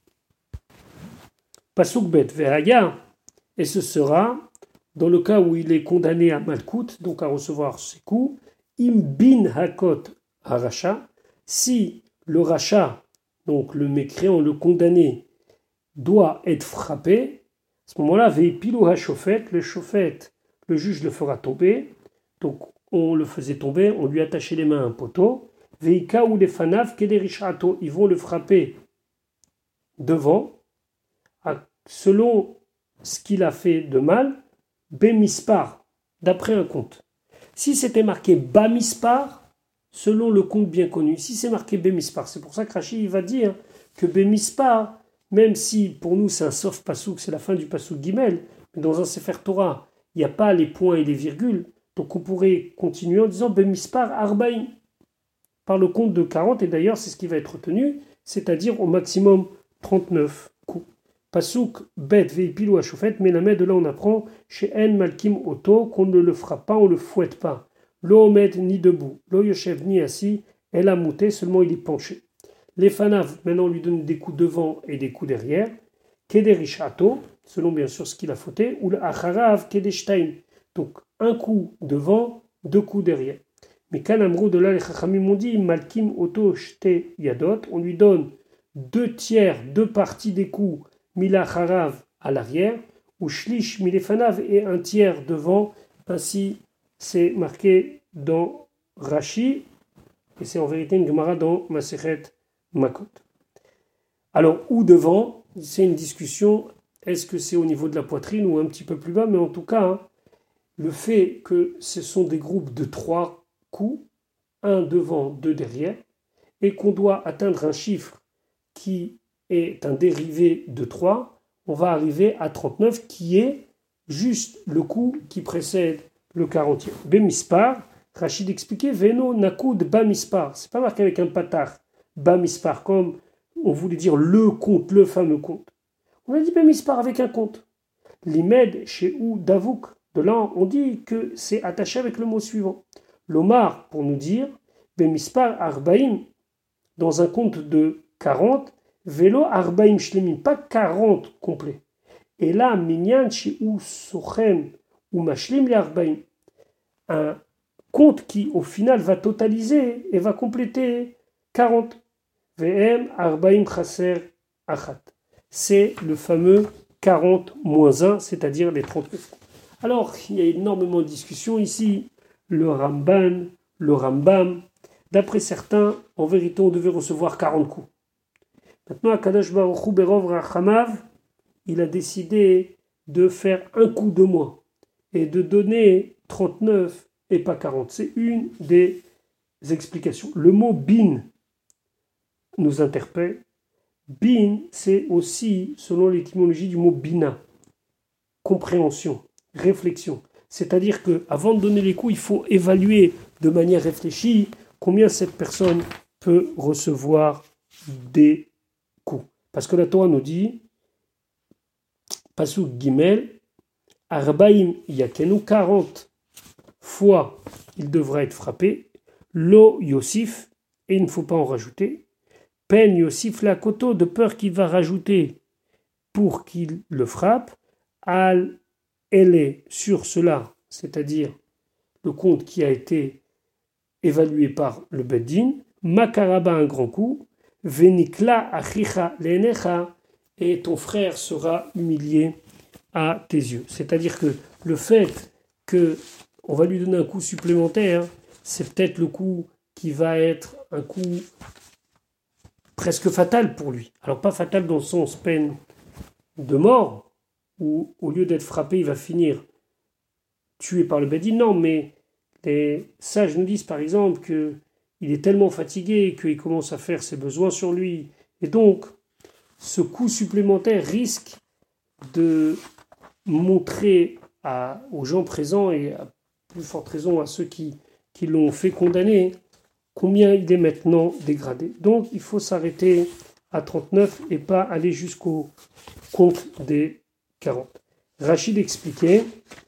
Pasuk bet ve'aya, et ce sera, dans le cas où il est condamné à malkout, donc à recevoir ses coups, im bin hakot haracha, si le rachat, donc le mécréant, le condamné, doit être frappé, à ce moment-là, ve'ipilou hashofet, le shofet, le juge le fera tomber, donc on le faisait tomber, on lui attachait les mains à un poteau, ve'ika ou les fanav kederishato, ils vont le frapper devant, selon ce qu'il a fait de mal, bemispar, d'après un compte. Si c'était marqué bamispar, selon le compte bien connu, si c'est marqué bemispar, c'est pour ça que Rashi va dire que bemispar même si pour nous c'est un sof pasouk, c'est la fin du pasouk Gimel, mais dans un Sefer Torah, il n'y a pas les points et les virgules, donc on pourrait continuer en disant Bemispar Arbaïm, par le compte de quarante, et d'ailleurs c'est ce qui va être retenu, c'est-à-dire au maximum trente-neuf coups. Pasouk Bet Veipilou Ashofet, mais la de là on apprend chez En Malkim Oto qu'on ne le frappe pas, on ne le fouette pas. Lo Omed ni debout, Lo Yoshev ni assis, Elle a mouté, seulement il est penché. Les Fanav, maintenant on lui donne des coups devant et des coups derrière. Kederishato, selon bien sûr ce qu'il a fauté, ou le Acharav Kedeshtaim, donc un coup devant, deux coups derrière. Mais Kanamrou de là, les Chachamim ont dit Malkim Oto Shte Yadot, on lui donne deux tiers, deux parties des coups, Mila Charav à l'arrière, ou Shlish Milefanav et un tiers devant, ainsi c'est marqué dans Rashi, et c'est en vérité une Gemara dans Masechet Makot. Alors, où devant, c'est une discussion, est-ce que c'est au niveau de la poitrine ou un petit peu plus bas, mais en tout cas, hein, le fait que ce sont des groupes de trois coups, un devant, deux derrière, et qu'on doit atteindre un chiffre qui est un dérivé de trois, on va arriver à trente-neuf, qui est juste le coup qui précède le quarantième. Bemispar, Rachid expliquait, Veno nakoud bamispar, c'est pas marqué avec un patar, bamispar, comme on voulait dire le compte, le fameux compte. On a dit bemispar avec un compte. L'imed chez ou davouk, de là on dit que c'est attaché avec le mot suivant. L'omar, pour nous dire, bemispar arbaim, dans un compte de quarante, vélo arbaim shlemim, pas quarante complet. Et là, minyan chez ou sochem ou mashlim li arbaim, un compte qui au final va totaliser et va compléter quarante. V M arbaim chaser achat. C'est le fameux quarante moins un, c'est-à-dire les trente-neuf. Alors, il y a énormément de discussions ici. Le Ramban, le Rambam. D'après certains, en vérité, on devait recevoir quarante coups. Maintenant, Akadosh Baruch Hu Berov Rachamav, il a décidé de faire un coup de moins et de donner trente-neuf et pas quarante. C'est une des explications. Le mot bin nous interpelle. Bin, c'est aussi, selon l'étymologie du mot bina, compréhension, réflexion. C'est-à-dire qu'avant de donner les coups, il faut évaluer de manière réfléchie combien cette personne peut recevoir des coups. Parce que la Torah nous dit, Pasuk Gimel, Arbaim Yakenu, quarante fois il devra être frappé, Lo Yosif, et il ne faut pas en rajouter, Pen Yosif la koto, de peur qu'il va rajouter pour qu'il le frappe, Al Ele, sur cela, c'est-à-dire le compte qui a été évalué par le Beddin, Makaraba un grand coup, Venikla achicha lenecha, et ton frère sera humilié à tes yeux. C'est-à-dire que le fait qu'on va lui donner un coup supplémentaire, c'est peut-être le coup qui va être un coup presque fatal pour lui. Alors pas fatal dans le sens peine de mort, où au lieu d'être frappé, il va finir tué par le Beddin. Non, mais les sages nous disent par exemple qu'il est tellement fatigué qu'il commence à faire ses besoins sur lui. Et donc, ce coup supplémentaire risque de montrer à, aux gens présents et à plus forte raison à ceux qui, qui l'ont fait condamner combien il est maintenant dégradé. Donc, il faut s'arrêter à trente-neuf et pas aller jusqu'au compte des quarante. Rachid expliquait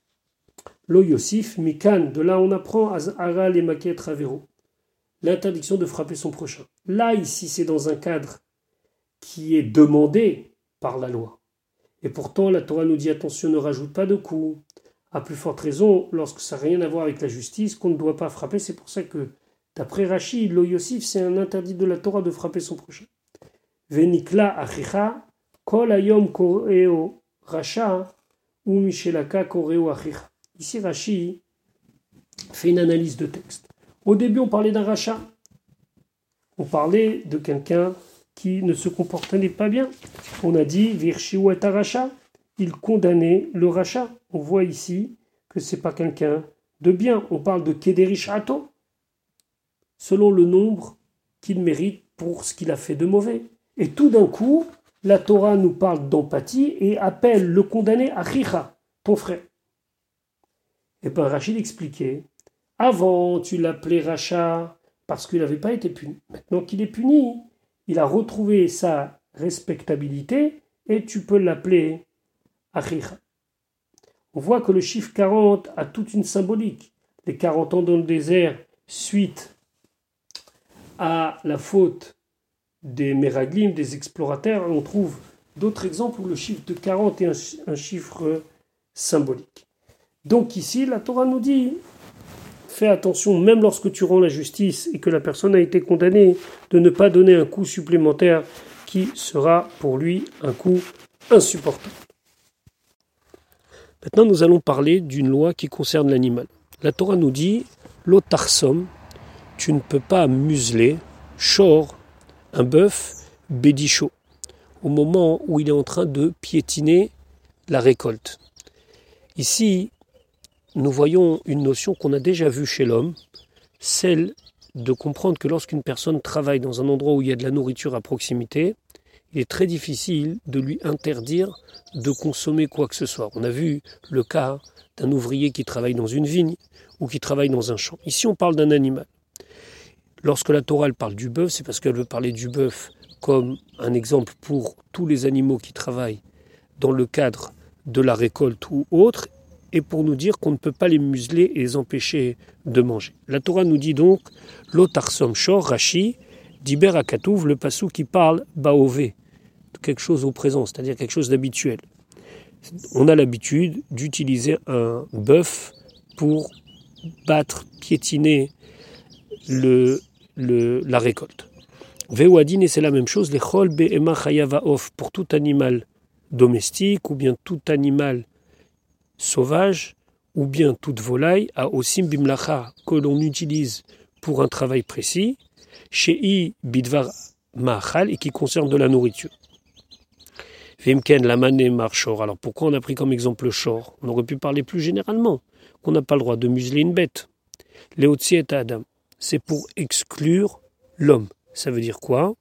Lo Yosif, Mikan, de là on apprend Azhara les maquettes Ravero, l'interdiction de frapper son prochain. Là, ici, c'est dans un cadre qui est demandé par la loi. Et pourtant, la Torah nous dit attention, ne rajoute pas de coups. À plus forte raison, lorsque ça n'a rien à voir avec la justice, qu'on ne doit pas frapper. C'est pour ça que, d'après Rachid, Lo Yosif, c'est un interdit de la Torah de frapper son prochain. Venikla achicha, kol ayom koreo racha, ou mishelaka koreo achicha. Ici, Rachid fait une analyse de texte. Au début, on parlait d'un rachat. On parlait de quelqu'un qui ne se comportait pas bien. On a dit Virshiou et rachat. Il condamnait le rachat. On voit ici que ce n'est pas quelqu'un de bien. On parle de Kederishato, selon le nombre qu'il mérite pour ce qu'il a fait de mauvais. Et tout d'un coup, la Torah nous parle d'empathie et appelle le condamné Achicha, ton frère. Et bien Rachid expliquait, avant tu l'appelais Racha parce qu'il n'avait pas été puni. Maintenant qu'il est puni, il a retrouvé sa respectabilité et tu peux l'appeler Achicha. On voit que le chiffre quarante a toute une symbolique. Les quarante ans dans le désert, suite à la faute des Meraglim, des explorateurs, on trouve d'autres exemples où le chiffre de quarante est un, un chiffre symbolique. Donc ici, la Torah nous dit, fais attention, même lorsque tu rends la justice et que la personne a été condamnée, de ne pas donner un coup supplémentaire qui sera pour lui un coup insupportable. Maintenant, nous allons parler d'une loi qui concerne l'animal. La Torah nous dit, l'otarsom, tu ne peux pas museler, shor, un bœuf, bédicho, au moment où il est en train de piétiner la récolte. Ici, nous voyons une notion qu'on a déjà vue chez l'homme, celle de comprendre que lorsqu'une personne travaille dans un endroit où il y a de la nourriture à proximité, il est très difficile de lui interdire de consommer quoi que ce soit. On a vu le cas d'un ouvrier qui travaille dans une vigne ou qui travaille dans un champ. Ici, on parle d'un animal. Lorsque la Torah elle parle du bœuf, c'est parce qu'elle veut parler du bœuf comme un exemple pour tous les animaux qui travaillent dans le cadre de la récolte ou autre, et pour nous dire qu'on ne peut pas les museler et les empêcher de manger. La Torah nous dit donc, l'otarsom shor, Rashi, diber akatouv, le passou qui parle baové, quelque chose au présent, c'est-à-dire quelque chose d'habituel. On a l'habitude d'utiliser un bœuf pour battre, piétiner le, le, la récolte. Veouadin, et c'est la même chose, les chol be'ema chayava off, pour tout animal domestique ou bien tout animal sauvage ou bien toute volaille à osim bimlacha que l'on utilise pour un travail précis, shei bidvar ma'achal et qui concerne de la nourriture. Vimken la mané mar shor. Alors pourquoi on a pris comme exemple le shor? On aurait pu parler plus généralement qu'on n'a pas le droit de museler une bête. Léotzi et Adam, c'est pour exclure l'homme. Ça veut dire quoi?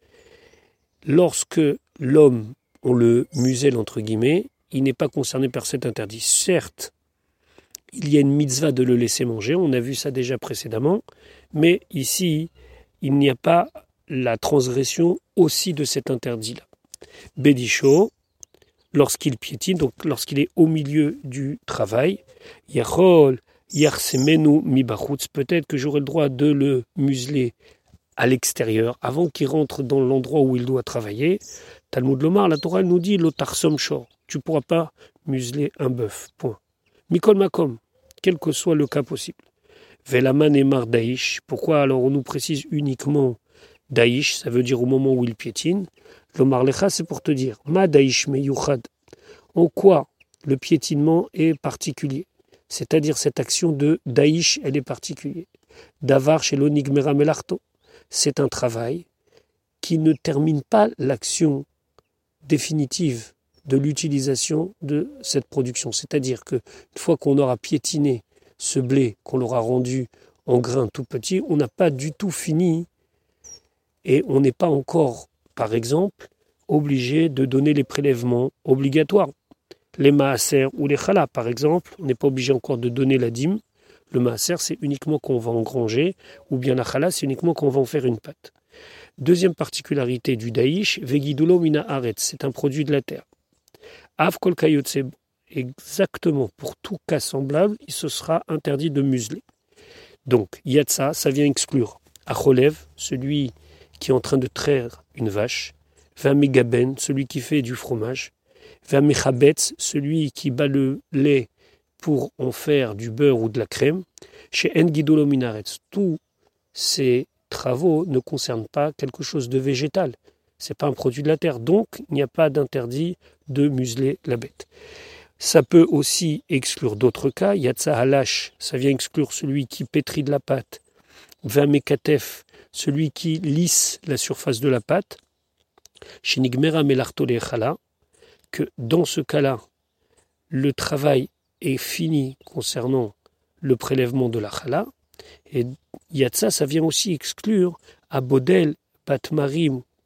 Lorsque l'homme, on le muselle entre guillemets, il n'est pas concerné par cet interdit. Certes, il y a une mitzvah de le laisser manger, on a vu ça déjà précédemment, mais ici, il n'y a pas la transgression aussi de cet interdit-là. Bédicho, lorsqu'il piétine, donc lorsqu'il est au milieu du travail, Yachol, Yarsemenu mibachutz, peut-être que j'aurai le droit de le museler à l'extérieur, avant qu'il rentre dans l'endroit où il doit travailler. Talmud Lomar, la Torah nous dit l'otarsom shor. Tu ne pourras pas museler un bœuf. Point. Mikol makom, quel que soit le cas possible. Velaman et mar daïch. Pourquoi alors on nous précise uniquement daïch, ça veut dire au moment où il piétine. Lomar lecha, c'est pour te dire ma daïch meyuchad. En quoi le piétinement est particulier? C'est-à-dire cette action de daïch, elle est particulière. Davar chez l'onigmera melarto. C'est un travail qui ne termine pas l'action définitive de l'utilisation de cette production. C'est-à-dire qu'une fois qu'on aura piétiné ce blé, qu'on l'aura rendu en grains tout petits, on n'a pas du tout fini et on n'est pas encore, par exemple, obligé de donner les prélèvements obligatoires. Les maaser ou les chala, par exemple, on n'est pas obligé encore de donner la dîme. Le maaser, c'est uniquement qu'on va engranger, ou bien la chala, c'est uniquement qu'on va en faire une pâte. Deuxième particularité du daïch, vegidulo mina aretz, c'est un produit de la terre. Av kol kayotse, exactement pour tout cas semblable, il se sera interdit de museler. Donc, yatsa, ça vient exclure acholev, celui qui est en train de traire une vache, vamegaben, celui qui fait du fromage, vamechabetz, celui qui bat le lait pour en faire du beurre ou de la crème, chez Engidulo Minaretz. Tous ces travaux ne concernent pas quelque chose de végétal. Ce n'est pas un produit de la terre. Donc, il n'y a pas d'interdit de museler la bête. Ça peut aussi exclure d'autres cas. Yatsa halash, ça vient exclure celui qui pétrit de la pâte. Vamekatef, celui qui lisse la surface de la pâte. Chez Nigmera melarto lechala, que dans ce cas-là, le travail est fini concernant le prélèvement de la chala. Et yatsa, ça vient aussi exclure abodel, batmarim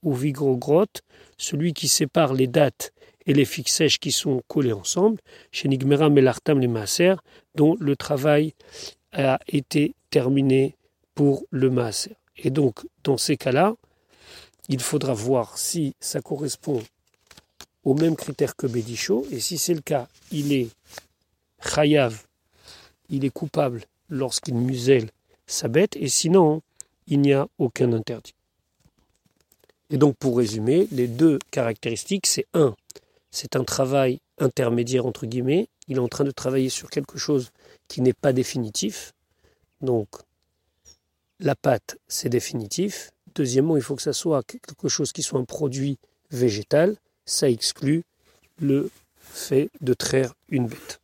ou vigrogrot, celui qui sépare les dates et les figues sèches qui sont collées ensemble, chez Nigmera Melartam les Maaser, dont le travail a été terminé pour le Maaser. Et donc, dans ces cas-là, il faudra voir si ça correspond aux mêmes critères que Bédicho, et si c'est le cas, il est chayav, il est coupable lorsqu'il muselle sa bête, et sinon, il n'y a aucun interdit. Et donc, pour résumer, les deux caractéristiques, c'est un, c'est un travail intermédiaire, entre guillemets, il est en train de travailler sur quelque chose qui n'est pas définitif, donc la pâte, c'est définitif. Deuxièmement, il faut que ça soit quelque chose qui soit un produit végétal, ça exclut le fait de traire une bête.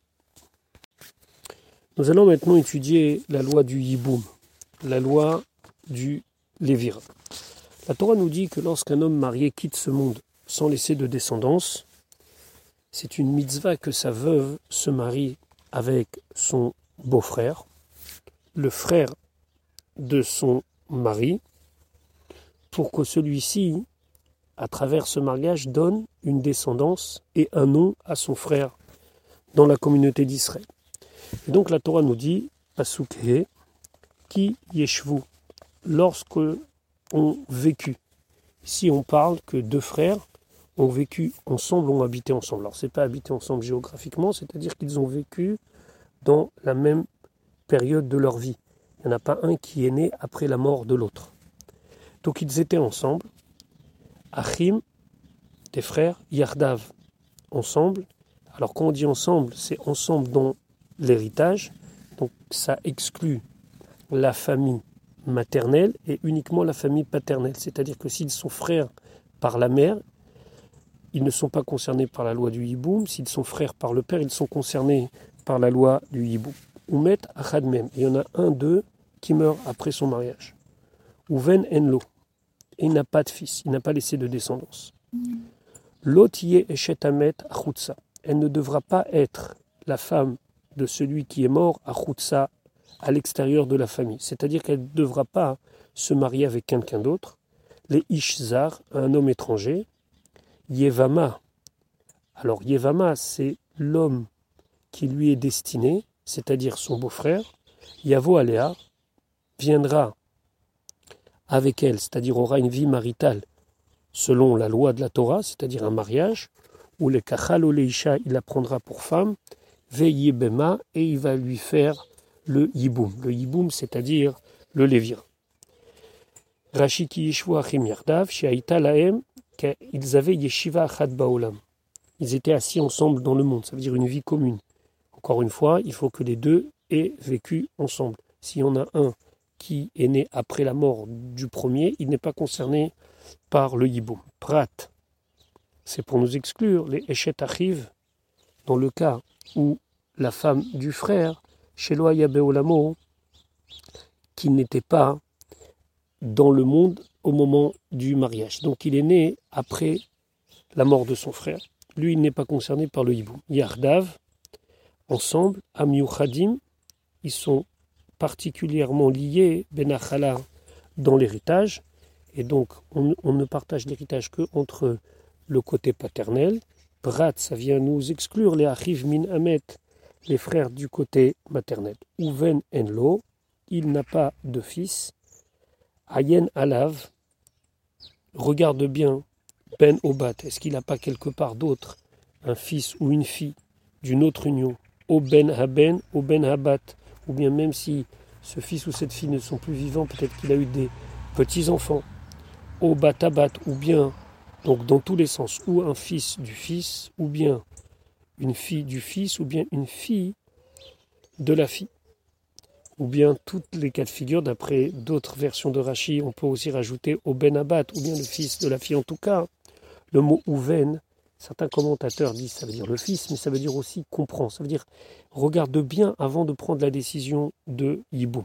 Nous allons maintenant étudier la loi du Yiboum, la loi du Lévira. La Torah nous dit que lorsqu'un homme marié quitte ce monde sans laisser de descendance, c'est une mitzvah que sa veuve se marie avec son beau-frère, le frère de son mari, pour que celui-ci, à travers ce mariage, donne une descendance et un nom à son frère dans la communauté d'Israël. Et donc la Torah nous dit, Pasukhe, qui yeshvu, lorsque ont vécu. Ici on parle que deux frères ont vécu ensemble, ont habité ensemble. Alors ce n'est pas habité ensemble géographiquement, c'est-à-dire qu'ils ont vécu dans la même période de leur vie. Il n'y en a pas un qui est né après la mort de l'autre. Donc ils étaient ensemble, Achim, des frères, Yardav, ensemble. Alors quand on dit ensemble, c'est ensemble dans l'héritage, donc ça exclut la famille maternelle et uniquement la famille paternelle. C'est-à-dire que s'ils sont frères par la mère, ils ne sont pas concernés par la loi du Yiboum. S'ils sont frères par le père, ils sont concernés par la loi du Yiboum. Oumet Achadmem, il y en a un d'eux qui meurt après son mariage. Ouven Enlo, et il n'a pas de fils, il n'a pas laissé de descendance. L'otiye Eshetamet Achutsa, elle ne devra pas être la femme de celui qui est mort à Achutsa, à l'extérieur de la famille. C'est-à-dire qu'elle ne devra pas se marier avec quelqu'un d'autre. Les Ishzar, un homme étranger. Yevama, alors Yevama, c'est l'homme qui lui est destiné, c'est-à-dire son beau-frère. Yavo Aléa viendra avec elle, c'est-à-dire aura une vie maritale selon la loi de la Torah, c'est-à-dire un mariage, où le Kachal ou Leisha, il la prendra pour femme, Veyibema, et il va lui faire le Yiboum. Le Yiboum, c'est-à-dire le Lévira. Rashi ki yeshvu achim yardav, she'aita lahem, qu'ils avaient yeshiva achad baolam. Ils étaient assis ensemble dans le monde, ça veut dire une vie commune. Encore une fois, il faut que les deux aient vécu ensemble. S'il y en a un qui est né après la mort du premier, il n'est pas concerné par le Yiboum. Prat, c'est pour nous exclure les Eshet Achiv, dans le cas où la femme du frère, Shelo Haya Beolamo, qui n'était pas dans le monde au moment du mariage. Donc il est né après la mort de son frère. Lui, il n'est pas concerné par le Yiboum. Yardav, ensemble, Amiuchadim, ils sont particulièrement liés, Benachala, dans l'héritage. Et donc, on, on ne partage l'héritage que entre le côté paternel. Prat, ça vient nous exclure les Achiv min Amet, les frères du côté maternel. Uven Enlo, il n'a pas de fils. Ayen Alav, regarde bien Ben Obat, est-ce qu'il n'a pas quelque part d'autre un fils ou une fille d'une autre union, au Ben Haben, au Ben Habat, ou bien même si ce fils ou cette fille ne sont plus vivants, peut-être qu'il a eu des petits-enfants, au Batabat, ou bien, donc dans tous les sens, ou un fils du fils, ou bien une fille du fils, ou bien une fille de la fille. Ou bien toutes les cas de figure, d'après d'autres versions de Rashi, on peut aussi rajouter au Ben Abat, ou bien le fils de la fille. En tout cas, le mot Ouven, certains commentateurs disent ça veut dire le fils, mais ça veut dire aussi comprend. Ça veut dire regarde bien avant de prendre la décision de Yiboum.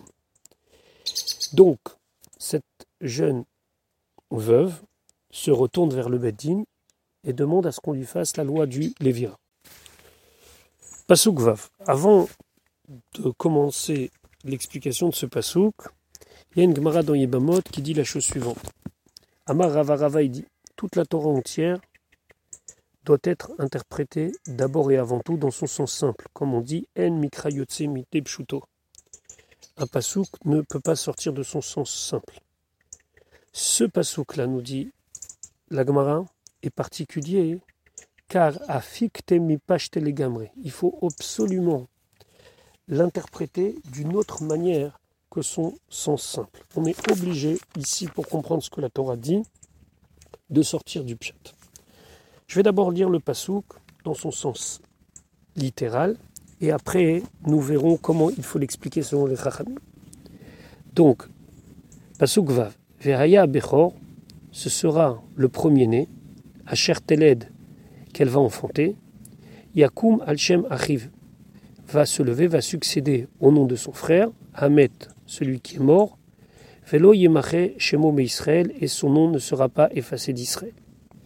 Donc, cette jeune veuve se retourne vers le Beddin et demande à ce qu'on lui fasse la loi du Lévira. Pasuk Vav. Avant de commencer l'explication de ce pasouk, il y a une Gemara dans Yebamot qui dit la chose suivante. Amar Rava Rava, il dit, toute la Torah entière doit être interprétée d'abord et avant tout dans son sens simple, comme on dit En mikra yotse mite pshuto. Un pasouk ne peut pas sortir de son sens simple. Ce pasouk-là, nous dit la Gemara, est particulier car afikte mi pashte legamre. Il faut absolument l'interpréter d'une autre manière que son sens simple. On est obligé ici, pour comprendre ce que la Torah dit, de sortir du pshat. Je vais d'abord lire le pasouk dans son sens littéral et après nous verrons comment il faut l'expliquer selon les Chachamim. Donc, pasouk vav, Veraya Bechor, ce sera le premier-né, Asher Teled, qu'elle va enfanter, Yakum Al-Shem Achiv, va se lever, va succéder au nom de son frère, Hamet, celui qui est mort, Velo Yemache Shemo Me'Israël, et son nom ne sera pas effacé d'Israël.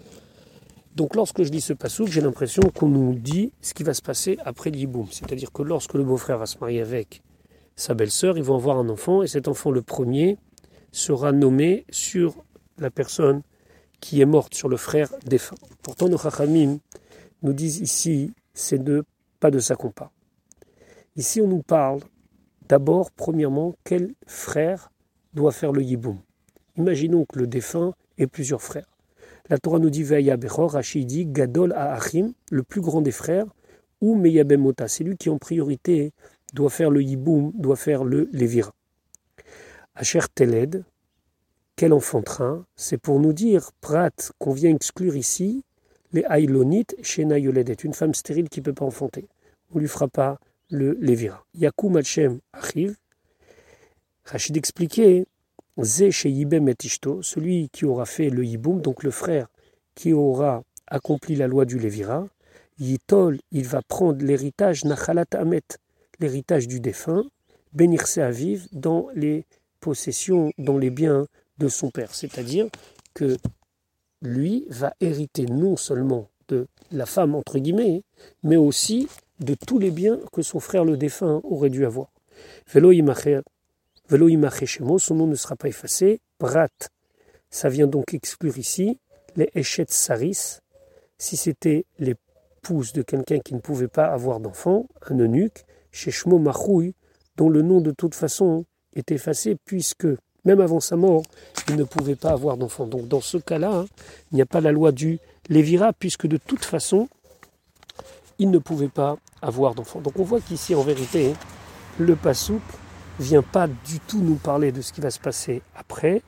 Donc lorsque je lis ce passouk, j'ai l'impression qu'on nous dit ce qui va se passer après l'Yiboum. C'est-à-dire que lorsque le beau-frère va se marier avec sa belle-sœur, ils vont avoir un enfant, et cet enfant, le premier, sera nommé sur la personne qui est morte, sur le frère défunt. Pourtant, nos Chachamim nous disent ici, c'est de, pas de ça qu'on parle. Ici, on nous parle d'abord, premièrement, quel frère doit faire le Yiboum. Imaginons que le défunt ait plusieurs frères. La Torah nous dit Ve'aya Bechor, Rashi dit Gadol Ha'achim, le plus grand des frères, ou Meyabem Mota, c'est lui qui en priorité doit faire le Yiboum, doit faire le Lévira. Asher Teled, quel enfantera, c'est pour nous dire, Prat, qu'on vient exclure ici, les Aïlonites, Shena Yoledet, une femme stérile qui ne peut pas enfanter. On ne lui fera pas le Lévira. Yakum Al-Shem Achiv, Rachid expliquait, Ze Sheyibem et Ishto, celui qui aura fait le Yiboum, donc le frère qui aura accompli la loi du Lévira, Yitol, il va prendre l'héritage Nachalat Amet, l'héritage du défunt, Benirse Aviv, dans les possessions, dans les biens de son père. C'est-à-dire que lui va hériter non seulement de la femme, entre guillemets, mais aussi de tous les biens que son frère le défunt aurait dû avoir. Velo Yimacher, Velo Yimacher Shemo, son nom ne sera pas effacé. Prat, ça vient donc exclure ici les Eshet Saris, si c'était l'épouse de quelqu'un qui ne pouvait pas avoir d'enfant, un eunuque, chez Shmo Machouy, dont le nom de toute façon est effacé, puisque même avant sa mort, il ne pouvait pas avoir d'enfant. Donc dans ce cas-là, hein, il n'y a pas la loi du Lévira, puisque de toute façon, il ne pouvait pas avoir d'enfant. Donc on voit qu'ici, en vérité, le pasouk ne vient pas du tout nous parler de ce qui va se passer après,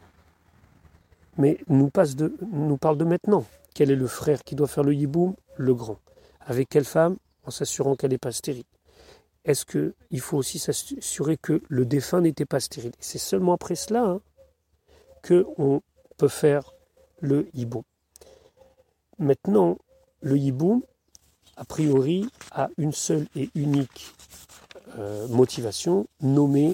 mais nous, passe de, nous parle de maintenant. Quel est le frère qui doit faire le Yiboum? Le grand. Avec quelle femme? En s'assurant qu'elle n'est pas stérile. Est-ce qu'il faut aussi s'assurer que le défunt n'était pas stérile? C'est seulement après cela hein, qu'on peut faire le Yiboum. Maintenant, le Yiboum, a priori, a une seule et unique euh, motivation, nommer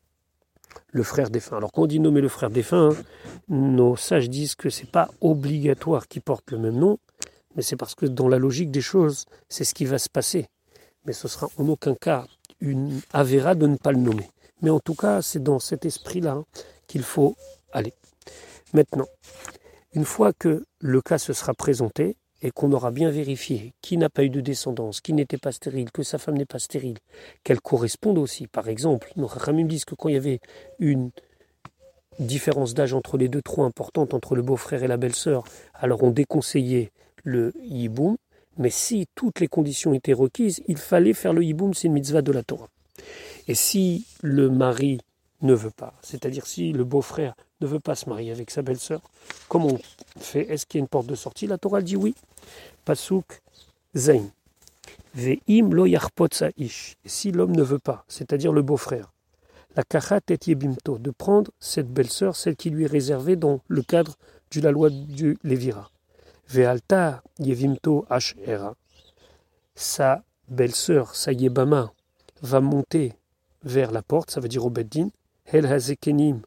le frère défunt. Alors quand on dit nommer le frère défunt, hein, nos sages disent que ce n'est pas obligatoire qu'il porte le même nom, mais c'est parce que dans la logique des choses, c'est ce qui va se passer. Mais ce sera en aucun cas une avéra de ne pas le nommer. Mais en tout cas, c'est dans cet esprit-là hein, qu'il faut aller. Maintenant, une fois que le cas se sera présenté et qu'on aura bien vérifié qui n'a pas eu de descendance, qui n'était pas stérile, que sa femme n'est pas stérile, qu'elle corresponde aussi. Par exemple, nos Chachamim disent que quand il y avait une différence d'âge entre les deux trop importante, entre le beau-frère et la belle-sœur, alors on déconseillait le Yiboum. Mais si toutes les conditions étaient requises, il fallait faire le Yiboum, c'est une mitzvah de la Torah. Et si le mari ne veut pas, c'est-à-dire si le beau-frère ne veut pas se marier avec sa belle-sœur, comment on fait? Est-ce qu'il y a une porte de sortie? La Torah dit oui. Pasuk Zain. Ve'im lo yarpot ish. Si l'homme ne veut pas, c'est-à-dire le beau-frère, la kachat et yebimto, de prendre cette belle-sœur, celle qui lui est réservée dans le cadre de la loi du Lévira. Ve'alta yevimto h'era. Sa belle-sœur, sa yebama, va monter vers la porte, ça veut dire au beddin, el hazekenim,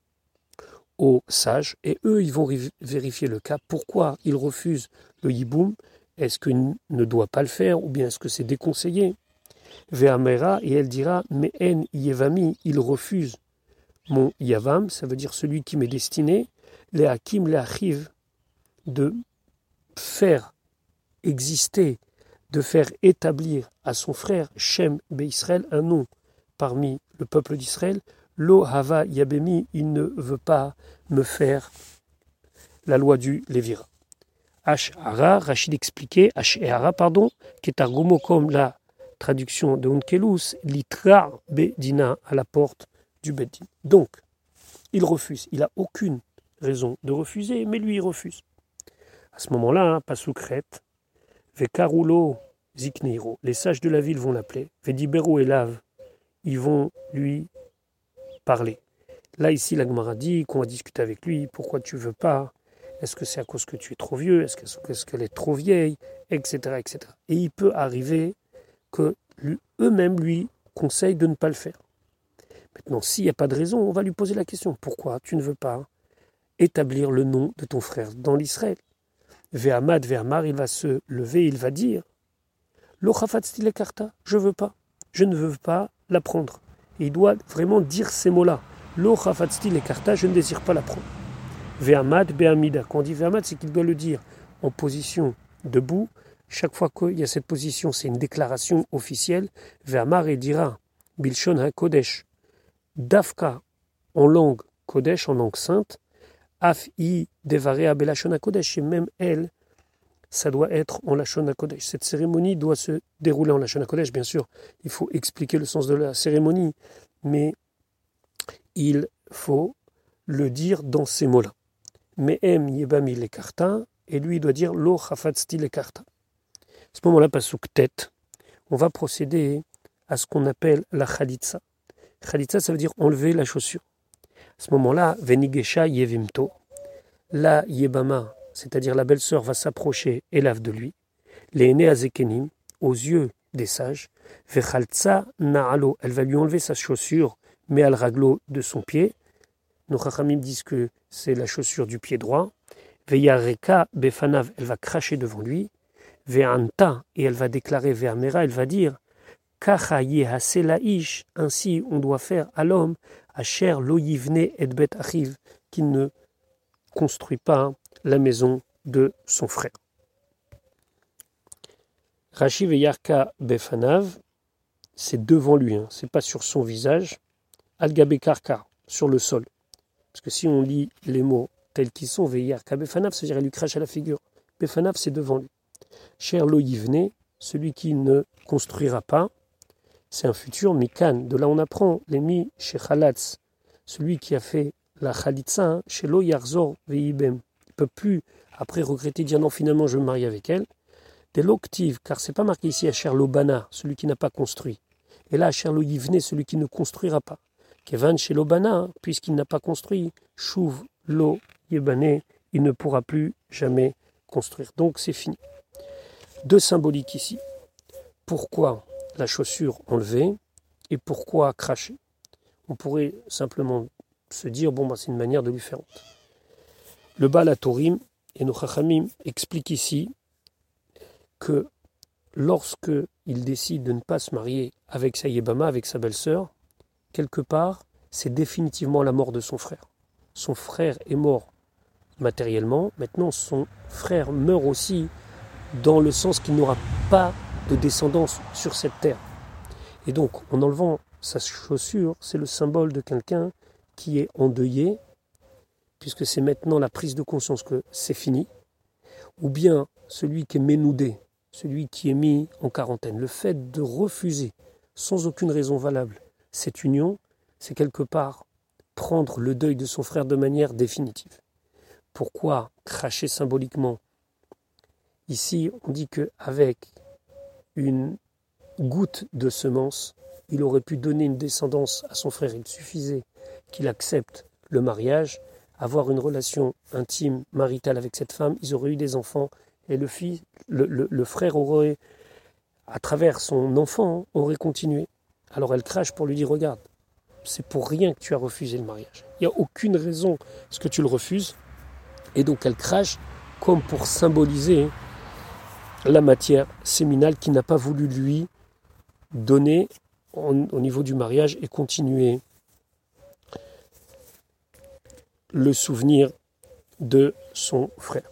aux sages, et eux, ils vont vérifier le cas. Pourquoi ils refusent le yiboum? Est-ce qu'il ne doit pas le faire, ou bien est-ce que c'est déconseillé? Ve'amera, et elle dira, mais en yevami, il refuse mon yavam, ça veut dire celui qui m'est destiné, les hakim, les achiv, de faire exister, de faire établir à son frère Shem Be-Israël un nom parmi le peuple d'Israël. Lo hava yabemi, il ne veut pas me faire la loi du Lévira. Ash'ara, Rachid expliquait, Ash'ara, pardon, qui est argumo comme la traduction de Onkelus, litra bedina, à la porte du Beddin. Donc, il refuse, il n'a aucune raison de refuser, mais lui il refuse. À ce moment-là, hein, Pasukret, Vekarulo Zikneiro, les sages de la ville vont l'appeler, Vedibero et Lav, ils vont lui parler. Là, ici, la Gemara dit qu'on va discuter avec lui, pourquoi tu veux pas, est-ce que c'est à cause que tu es trop vieux, est-ce, que, est-ce qu'elle est trop vieille, et cetera, et cetera. Et il peut arriver que lui, eux-mêmes lui conseillent de ne pas le faire. Maintenant, s'il n'y a pas de raison, on va lui poser la question, pourquoi tu ne veux pas établir le nom de ton frère dans l'Israël? Ve'amad, ve'amar, il va se lever, il va dire, Lo chafatzti lekarta, je ne veux pas, je ne veux pas l'apprendre. Et il doit vraiment dire ces mots-là. Lo chafatzti lekarta, je ne désire pas l'apprendre. Ve'amad, be'amida. Quand on dit ve'amad, c'est qu'il doit le dire en position debout. Chaque fois qu'il y a cette position, c'est une déclaration officielle. Ve'amar, il dira, bilshon ha-kodesh, dafka, en langue kodesh, en langue sainte, af-i devare belashon ha-kodesh, et même elle, ça doit être en Lashon HaKodesh. Cette cérémonie doit se dérouler en Lashon HaKodesh, bien sûr. Il faut expliquer le sens de la cérémonie, mais il faut le dire dans ces mots-là. Me'em yebami lekarta, et lui il doit dire lo chafatzti lekarta. À ce moment-là, pasuk tête, on va procéder à ce qu'on appelle la chalitza. Chalitza, ça veut dire enlever la chaussure. À ce moment-là, venigesha yevimto, la yebama, c'est-à-dire la belle-sœur va s'approcher et lave de lui, les aînés azekenim, aux yeux des sages, vechaltza naalo, elle va lui enlever sa chaussure, mais al raglo de son pied. Nos chachamim disent que c'est la chaussure du pied droit. Veyareka befanav, elle va cracher devant lui. Ve'anta, et elle va déclarer ve'amera, elle va dire kacha yehase laish, ainsi on doit faire à l'homme, asher lo yivne et bet achiv, qui ne construit pas la maison de son frère. Rashi veyarka befanav, c'est devant lui, hein, c'est pas sur son visage. Al-gabe karka, sur le sol. Parce que si on lit les mots tels qu'ils sont, veyarka befanav, c'est-à-dire elle lui crache à la figure. Befanav, c'est devant lui. Cher lo yivne, celui qui ne construira pas, c'est un futur mikan. De là on apprend les mi chez Chalatz, celui qui a fait la chalitza, chez lo yarzor veibem. Peut plus après regretter, dire non, finalement je me marie avec elle. Des l'octive, car c'est pas marqué ici à Asher lo bana, celui qui n'a pas construit. Et là, Asher lo yivne, celui qui ne construira pas. Kevan chez lo bana, puisqu'il n'a pas construit, Shuv lo yebane, il ne pourra plus jamais construire. Donc c'est fini. Deux symboliques ici. Pourquoi la chaussure enlevée et pourquoi cracher? On pourrait simplement se dire, bon, bah, c'est une manière de lui faire honte. Le Baal HaTurim et nos Chachamim expliquent ici que lorsque il décide de ne pas se marier avec sa Yébama, avec sa belle-sœur, quelque part, c'est définitivement la mort de son frère. Son frère est mort matériellement, maintenant son frère meurt aussi dans le sens qu'il n'aura pas de descendance sur cette terre. Et donc, en enlevant sa chaussure, c'est le symbole de quelqu'un qui est endeuillé, puisque c'est maintenant la prise de conscience que c'est fini, ou bien celui qui est ménoudé, celui qui est mis en quarantaine. Le fait de refuser, sans aucune raison valable, cette union, c'est quelque part prendre le deuil de son frère de manière définitive. Pourquoi cracher symboliquement? Ici, on dit qu'avec une goutte de semence, il aurait pu donner une descendance à son frère. Il suffisait qu'il accepte le mariage, avoir une relation intime, maritale avec cette femme, ils auraient eu des enfants, et le, fils, le, le, le frère aurait, à travers son enfant, aurait continué. Alors elle crache pour lui dire, regarde, c'est pour rien que tu as refusé le mariage. Il n'y a aucune raison parce que tu le refuses. Et donc elle crache comme pour symboliser la matière séminale qui n'a pas voulu lui donner en, au niveau du mariage et continuer le souvenir de son frère.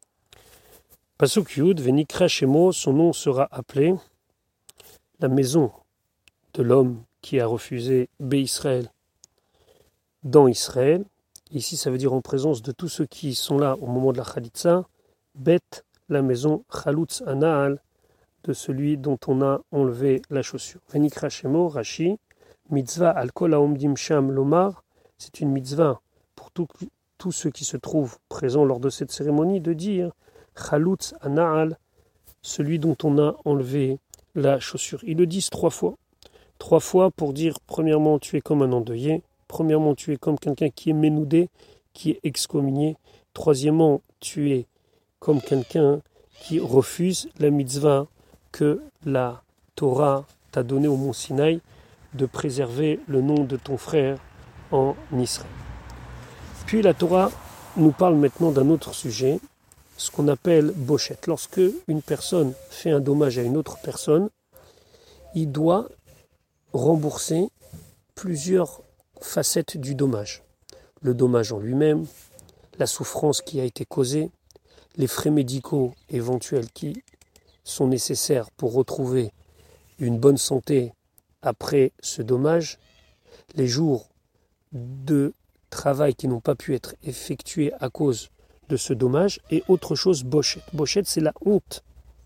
Pasuk Yud, Venikra Shemo, son nom sera appelé la maison de l'homme qui a refusé Bé-Israël dans Israël. Ici, ça veut dire en présence de tous ceux qui sont là au moment de la Khalitsa. Bet, la maison, Chalutz Anaal, de celui dont on a enlevé la chaussure. Venikra Shemo, Rashi, mitzvah al kol haomdim sham lomar, c'est une mitzvah pour tous ceux qui se trouvent présents lors de cette cérémonie de dire Chalutz Anaal, celui dont on a enlevé la chaussure. Ils le disent trois fois. Trois fois pour dire, premièrement, tu es comme un endeuillé. Premièrement, tu es comme quelqu'un qui est ménoudé, qui est excommunié. Troisièmement, tu es comme quelqu'un qui refuse la mitzvah que la Torah t'a donnée au mont Sinaï de préserver le nom de ton frère en Israël. Puis la Torah nous parle maintenant d'un autre sujet, ce qu'on appelle bochette. Lorsque une personne fait un dommage à une autre personne, il doit rembourser plusieurs facettes du dommage. Le dommage en lui-même, la souffrance qui a été causée, les frais médicaux éventuels qui sont nécessaires pour retrouver une bonne santé après ce dommage, les jours de travail qui n'ont pas pu être effectués à cause de ce dommage, et autre chose, bochette. Bochette, c'est la honte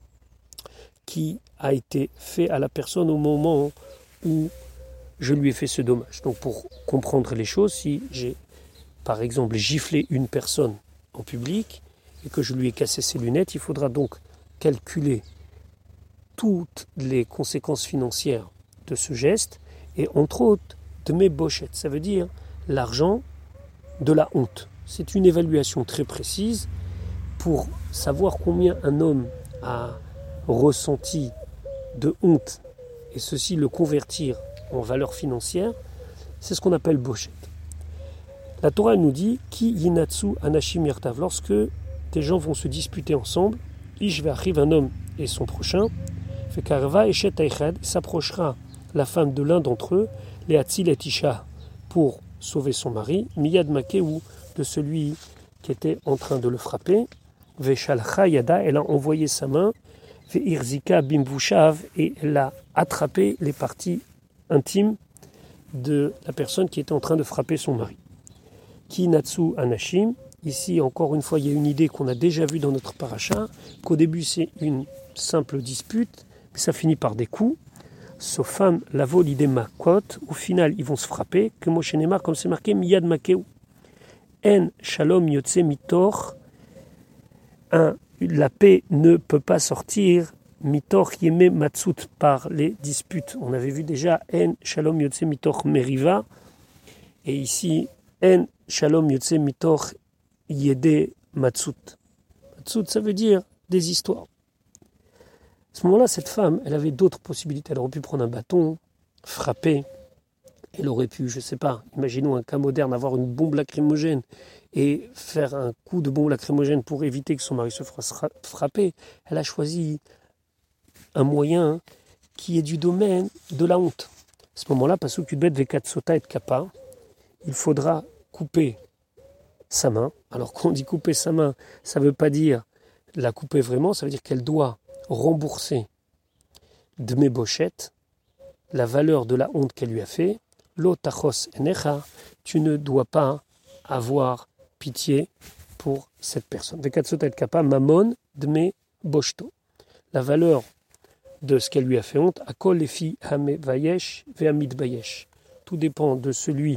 qui a été faite à la personne au moment où je lui ai fait ce dommage. Donc pour comprendre les choses, si j'ai par exemple giflé une personne en public et que je lui ai cassé ses lunettes, il faudra donc calculer toutes les conséquences financières de ce geste et entre autres de mes bochettes. Ça veut dire l'argent de la honte. C'est une évaluation très précise pour savoir combien un homme a ressenti de honte et ceci le convertir en valeur financière. C'est ce qu'on appelle bochette. La Torah nous dit Ki yinatsu anashim yartav, lorsque des gens vont se disputer ensemble, ish ve'achiv, un homme et son prochain, fekarva eshet aichad, s'approchera la femme de l'un d'entre eux, le'atzil et isha, pour sauver son mari, miyad makeu, de celui qui était en train de le frapper, ve'shalcha yada, elle a envoyé sa main, ve'irzika bimvushav, et elle a attrapé les parties intimes de la personne qui était en train de frapper son mari. Ki natsu anashim, ici encore une fois il y a une idée qu'on a déjà vue dans notre paracha, qu'au début c'est une simple dispute, mais ça finit par des coups. Sofam lavo l'idée makot, au final ils vont se frapper, que Moshe Neymar, comme c'est marqué, miyad makeu. En shalom yotse mitor, un, la paix ne peut pas sortir mitor yeme matsut, par les disputes. On avait vu déjà en shalom yotse mitor meriva, et ici en shalom yotse mitor yede matsut. Matsut, ça veut dire des histoires. À ce moment-là, cette femme, elle avait d'autres possibilités. Elle aurait pu prendre un bâton, frapper. Elle aurait pu, je ne sais pas, imaginons un cas moderne, avoir une bombe lacrymogène et faire un coup de bombe lacrymogène pour éviter que son mari se fasse frapper. Elle a choisi un moyen qui est du domaine de la honte. À ce moment-là, Pasuk Yudbet Vekat Sota et Kappa, il faudra couper sa main. Alors quand on dit couper sa main, ça ne veut pas dire la couper vraiment, ça veut dire qu'elle doit rembourser de mes bochettes la valeur de la honte qu'elle lui a fait. Lo tachos enecha, tu ne dois pas avoir pitié pour cette personne. Vekat Sota et Kappa, mamon dme boshto. La valeur de ce qu'elle lui a fait honte, akol lefi hame vayesh ve'amid bayesh. Tout dépend de celui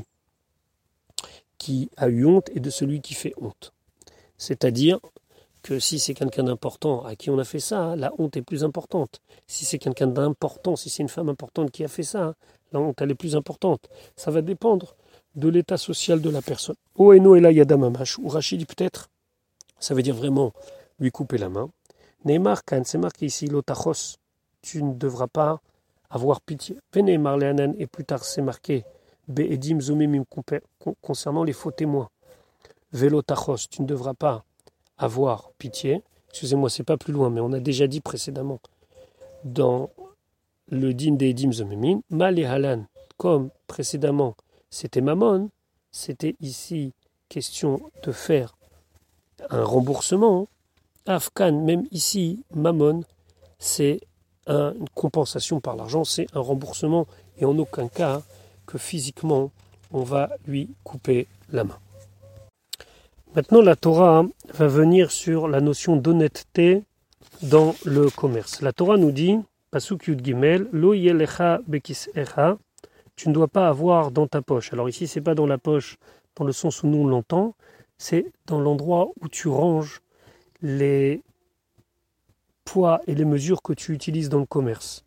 qui a eu honte et de celui qui fait honte. C'est-à-dire que si c'est quelqu'un d'important à qui on a fait ça, la honte est plus importante. Si c'est quelqu'un d'important, si c'est une femme importante qui a fait ça, la honte elle est plus importante. Ça va dépendre de l'état social de la personne. Oeno ela yadamamash, ou Rachid dit peut-être, ça veut dire vraiment lui couper la main. Neymar kan, c'est marqué ici, lotachos, tu ne devras pas avoir pitié. Veneymar leanan, et plus tard c'est marqué, be'edim zomimim, concernant les faux témoins. Velotachos, tu ne devras pas avoir pitié. Excusez-moi, c'est pas plus loin, mais on a déjà dit précédemment dans le din des Edim Zomimim, Mal et Halan, comme précédemment c'était Mammon, c'était ici question de faire un remboursement. Afkan, même ici, Mammon, c'est un, une compensation par l'argent, c'est un remboursement et en aucun cas que physiquement on va lui couper la main. Maintenant, la Torah va venir sur la notion d'honnêteté dans le commerce. La Torah nous dit, Pasuk Yud Gimel, Lo yelecha bekisecha, tu ne dois pas avoir dans ta poche. Alors ici, c'est pas dans la poche dans le sens où nous on l'entend, c'est dans l'endroit où tu ranges les poids et les mesures que tu utilises dans le commerce.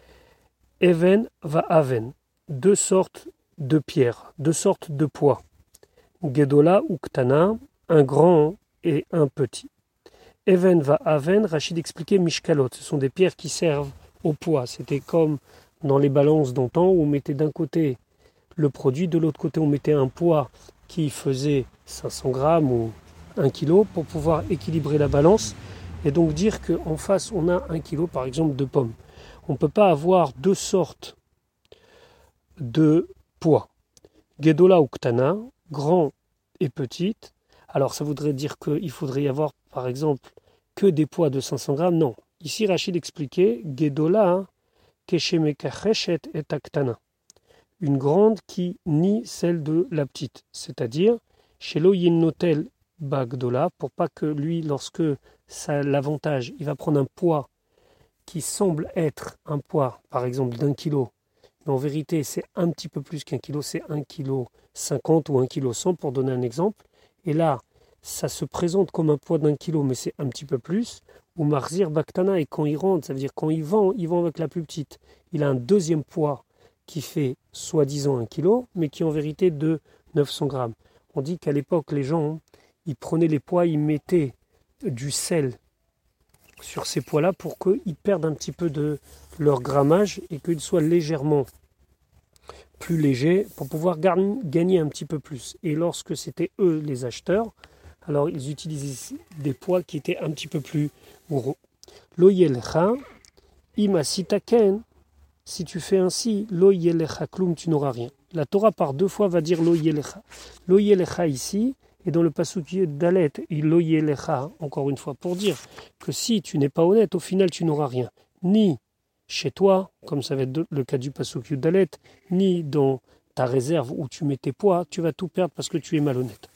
Even va aven, deux sortes de pierres, deux sortes de poids. Gedola ou ktana, un grand et un petit. Even va aven, Rachid expliquait mishkalot, ce sont des pierres qui servent au poids. C'était comme dans les balances d'antan où on mettait d'un côté le produit, de l'autre côté on mettait un poids qui faisait cinq cents grammes ou un kilo pour pouvoir équilibrer la balance et donc dire qu'en face on a un kilo par exemple de pommes. On ne peut pas avoir deux sortes de poids. Gedola ou ktana, grand et petite. Alors ça voudrait dire qu'il faudrait y avoir par exemple que des poids de cinq cents grammes. Non. Ici Rachid expliquait Gedola keshemekacheshet et aktana. Une grande qui nie celle de la petite. C'est-à-dire chez l'oyennotel bagdola, pour pas que lui, lorsque ça l'avantage, il va prendre un poids qui semble être un poids, par exemple, d'un kilo, mais en vérité, c'est un petit peu plus qu'un kilo, c'est un kilo cinquante ou un kilo cent, pour donner un exemple. Et là, ça se présente comme un poids d'un kilo, mais c'est un petit peu plus. Ou marzir baktana, et quand il rentre, ça veut dire quand il vend, il vend avec la plus petite. Il a un deuxième poids qui fait soi-disant un kilo, mais qui est en vérité de neuf cents grammes. On dit qu'à l'époque, les gens, ils prenaient les poids, ils mettaient du sel sur ces poids-là pour qu'ils perdent un petit peu de leur grammage et qu'ils soient légèrement plus légers pour pouvoir gagner un petit peu plus. Et lorsque c'était eux les acheteurs, alors ils utilisaient des poids qui étaient un petit peu plus gros. Loyelcha, imasitaken, si tu fais ainsi, loyelcha klum, tu n'auras rien. La Torah par deux fois va dire loyelcha. Loyelcha ici, et dans le pasuk Dalet, il loyelcha, encore une fois, pour dire que si tu n'es pas honnête, au final tu n'auras rien. Ni chez toi, comme ça va être le cas du pasuk Dalet, ni dans ta réserve où tu mets tes poids, tu vas tout perdre parce que tu es malhonnête.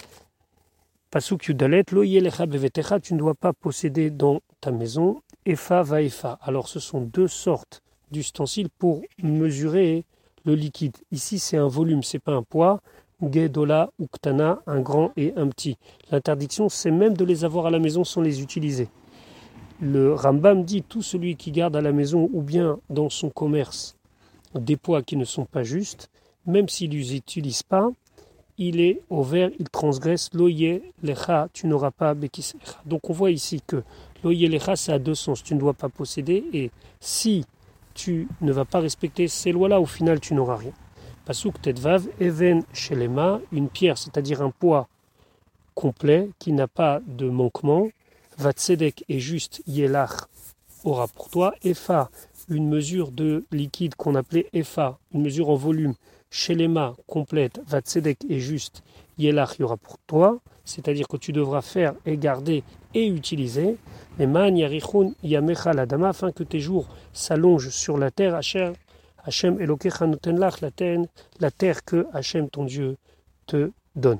Pasuk Yudalet, lo yelecha bevetecha, tu ne dois pas posséder dans ta maison, efa va efa. Alors ce sont deux sortes d'ustensiles pour mesurer le liquide. Ici c'est un volume, c'est pas un poids. Gedola ou ktana, un grand et un petit. L'interdiction c'est même de les avoir à la maison sans les utiliser. Le Rambam dit tout celui qui garde à la maison ou bien dans son commerce des poids qui ne sont pas justes, même s'il ne les utilise pas, il est au vert, il transgresse loye lecha, tu n'auras pas bekis lecha. Donc on voit ici que loye lecha, ça a deux sens, tu ne dois pas posséder, et si tu ne vas pas respecter ces lois-là, au final tu n'auras rien. Pasuk tetvav, even shelema, une pierre, c'est-à-dire un poids complet qui n'a pas de manquement, vatsedek est juste, yelach aura pour toi, efa, une mesure de liquide qu'on appelait efa, une mesure en volume, shelema complète, vatsedek est juste, yelach y aura pour toi, c'est-à-dire que tu devras faire et garder et utiliser, les man yarichun yamecha ladama, afin que tes jours s'allongent sur la terre, Hashem, Hashem elokecha noten lach, la terre, la terre que Hashem ton Dieu te donne.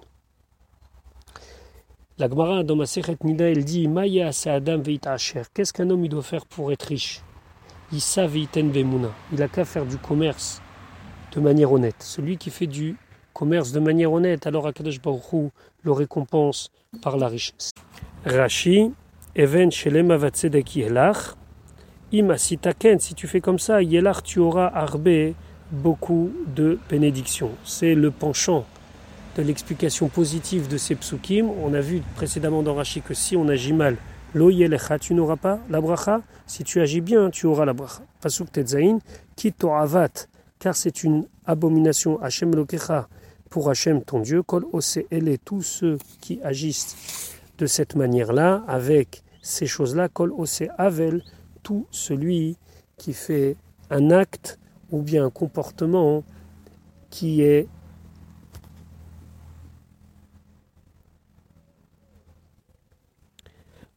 La Gemara dans Masechet Nida, elle dit Maya Adam veita asher. Qu'est-ce qu'un homme il doit faire pour être riche? Issa veiten bemuna. Il a qu'à faire du commerce de manière honnête. Celui qui fait du commerce de manière honnête, alors Akadosh Baruch Hu le récompense par la richesse. Rashi, even shelema vatsedek yelach. Ima sitaken, si tu fais comme ça, yelach tu auras arbé beaucoup de bénédictions. C'est le penchant de l'explication positive de ces psukim. On a vu précédemment dans Rashi que si on agit mal, lo yelecha, tu n'auras pas la bracha. Si tu agis bien, tu auras la bracha. Pasuk tetzain, ki to'avat, car c'est une abomination, Hashem lokecha, pour Hashem ton Dieu, kol ose ele, tous ceux qui agissent de cette manière-là, avec ces choses-là, kol ose avel, tout celui qui fait un acte ou bien un comportement qui est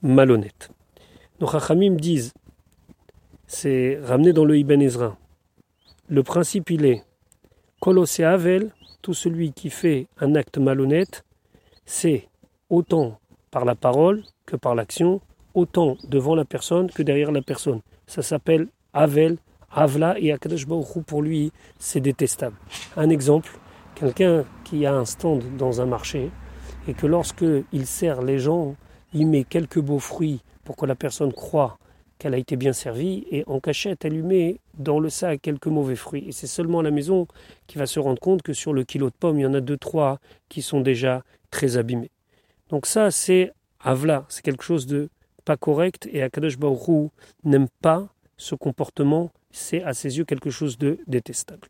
malhonnête. Nos Chachamim disent, c'est ramené dans le Ibn Ezra. Le principe il est, Kolosé Avel, tout celui qui fait un acte malhonnête, c'est autant par la parole que par l'action, autant devant la personne que derrière la personne. Ça s'appelle Avel, Avla, et Akadosh Baruch Hu, pour lui, c'est détestable. Un exemple, quelqu'un qui a un stand dans un marché et que lorsque il sert les gens, il met quelques beaux fruits pour que la personne croie qu'elle a été bien servie, et en cachette, elle lui met dans le sac quelques mauvais fruits. Et c'est seulement à la maison qu'il va se rendre compte que sur le kilo de pommes, il y en a deux, trois qui sont déjà très abîmés. Donc ça, c'est Avla, c'est quelque chose de pas correct, et Akadosh Baruch Hu n'aime pas ce comportement, c'est à ses yeux quelque chose de détestable.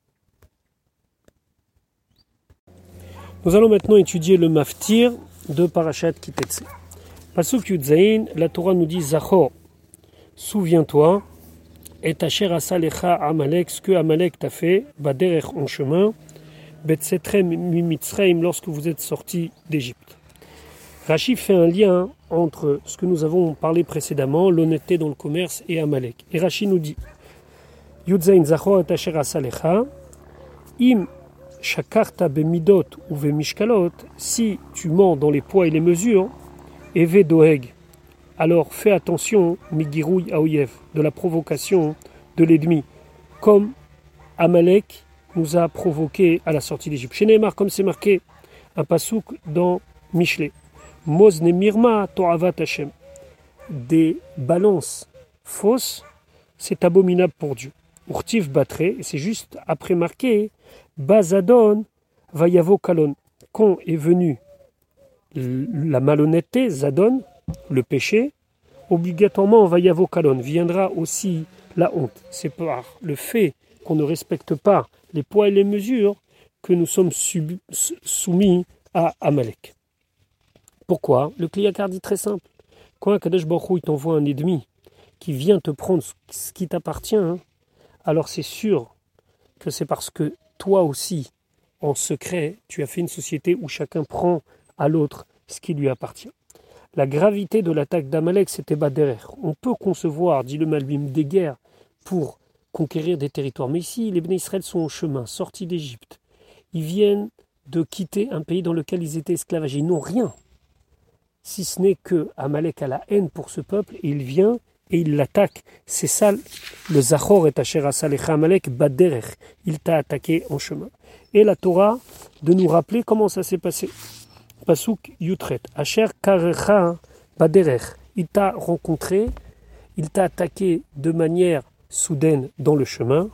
Nous allons maintenant étudier le maftir de Parashat Kitetse. Pasuk Yudzaïn, la Torah nous dit Zachor, souviens-toi, et Asher asa lecha Amalek, ce que Amalek t'a fait, Baderech en chemin, Betsetrem mimitzreim, lorsque vous êtes sortis d'Égypte. Rashi fait un lien entre ce que nous avons parlé précédemment, l'honnêteté dans le commerce, et Amalek. Et Rashi nous dit Yudzaïn Zachor et Asher asa lecha, im shakarta bemidot ou vemishkalot, si tu mens dans les poids et les mesures, eve doeg, alors fais attention, migirouy aoyev, de la provocation de l'ennemi, comme Amalek nous a provoqué à la sortie d'Égypte. Chez Neymar, comme c'est marqué, un pasouk dans Michelet, Mozne mirma to'avat Hashem, des balances fausses, c'est abominable pour Dieu. Urtiv Batré, et c'est juste après marqué, Bazadon Vayavo Kalon, quand est venue la malhonnêteté, Zadon, le péché, obligatoirement Vayavo Kalon, viendra aussi la honte. C'est par le fait qu'on ne respecte pas les poids et les mesures que nous sommes sub- soumis à Amalek. Pourquoi? Le Kliyakar dit très simple. Quand Akadosh Baruch Hu t'envoie un ennemi qui vient te prendre ce qui t'appartient, hein, alors c'est sûr que c'est parce que toi aussi, en secret, tu as fait une société où chacun prend à l'autre ce qui lui appartient. La gravité de l'attaque d'Amalek, c'était Baderer. On peut concevoir, dit le Malbim, des guerres pour conquérir des territoires. Mais ici, les Béné Israël sont au chemin, sortis d'Égypte. Ils viennent de quitter un pays dans lequel ils étaient esclavagés. Ils n'ont rien, si ce n'est que Amalek a la haine pour ce peuple, et il vient et il l'attaque. C'est ça, le Zachor et Asher asa lecha Amalek baderer. Il t'a attaqué en chemin. Et la Torah de nous rappeler comment ça s'est passé. Pasuk Yutret. Asher karecha baderer. Il t'a rencontré, il t'a attaqué de manière soudaine dans le chemin.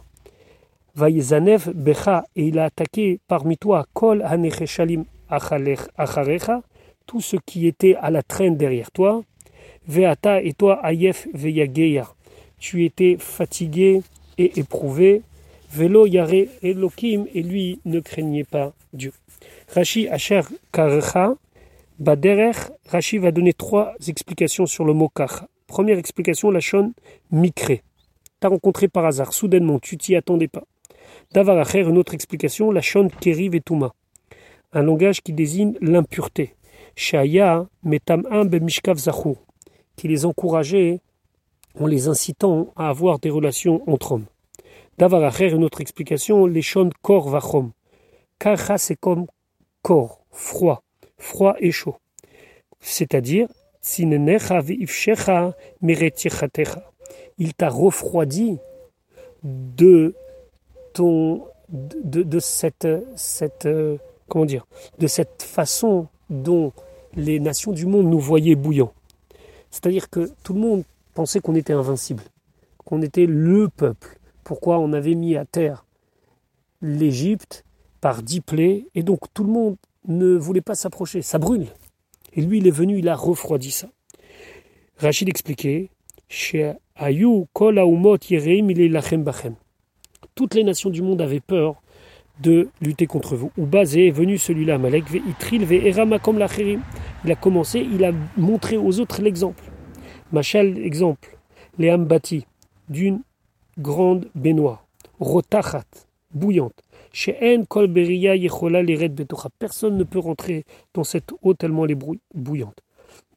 Vayezanev becha, et il a attaqué parmi toi kol hanecheshalim acharecha, tout ce qui était à la traîne derrière toi. Veata, et toi ayef veyageya, tu étais fatigué et éprouvé. Velo yare elokim, et lui ne craignait pas Dieu. Rashi asher karecha baderer. Rashi va donner trois explications sur le mot kacha. Première explication, la shon mikre. T'as rencontré par hasard, soudainement, tu t'y attendais pas. Davar acher, une autre explication, la shon keri vetuma, un langage qui désigne l'impureté. Shaya metam'am bemishkav zachur, qui les encourageait en les incitant à avoir des relations entre hommes. Davar acher, une autre explication, les shon kor vachom. Kacha, c'est comme kor, froid, froid et chaud. C'est-à-dire, tzinenecha ve'ifshecha meretichatecha. Il t'a refroidi de ton, de, de cette, cette, euh, comment dire, de cette façon dont les nations du monde nous voyaient bouillants. C'est-à-dire que tout le monde pensait qu'on était invincible, qu'on était le peuple. Pourquoi on avait mis à terre l'Égypte par dix plaies, et donc tout le monde ne voulait pas s'approcher. Ça brûle. Et lui, il est venu, il a refroidi ça. Rachid expliquait, chez Ayou, Kol Aumot Yereim, il est lachem bachem. Toutes les nations du monde avaient peur de lutter contre vous. Ou basé est venu celui-là, Amalek, ve'itril ve'erama comme l'acherim. Il a commencé, il a montré aux autres l'exemple. Machal, exemple, les ambati, d'une grande baignoire, rotachat, bouillante. Chez En Kol Beria Yechola Leret Betocha. Personne ne peut rentrer dans cette eau tellement elle est bouillante.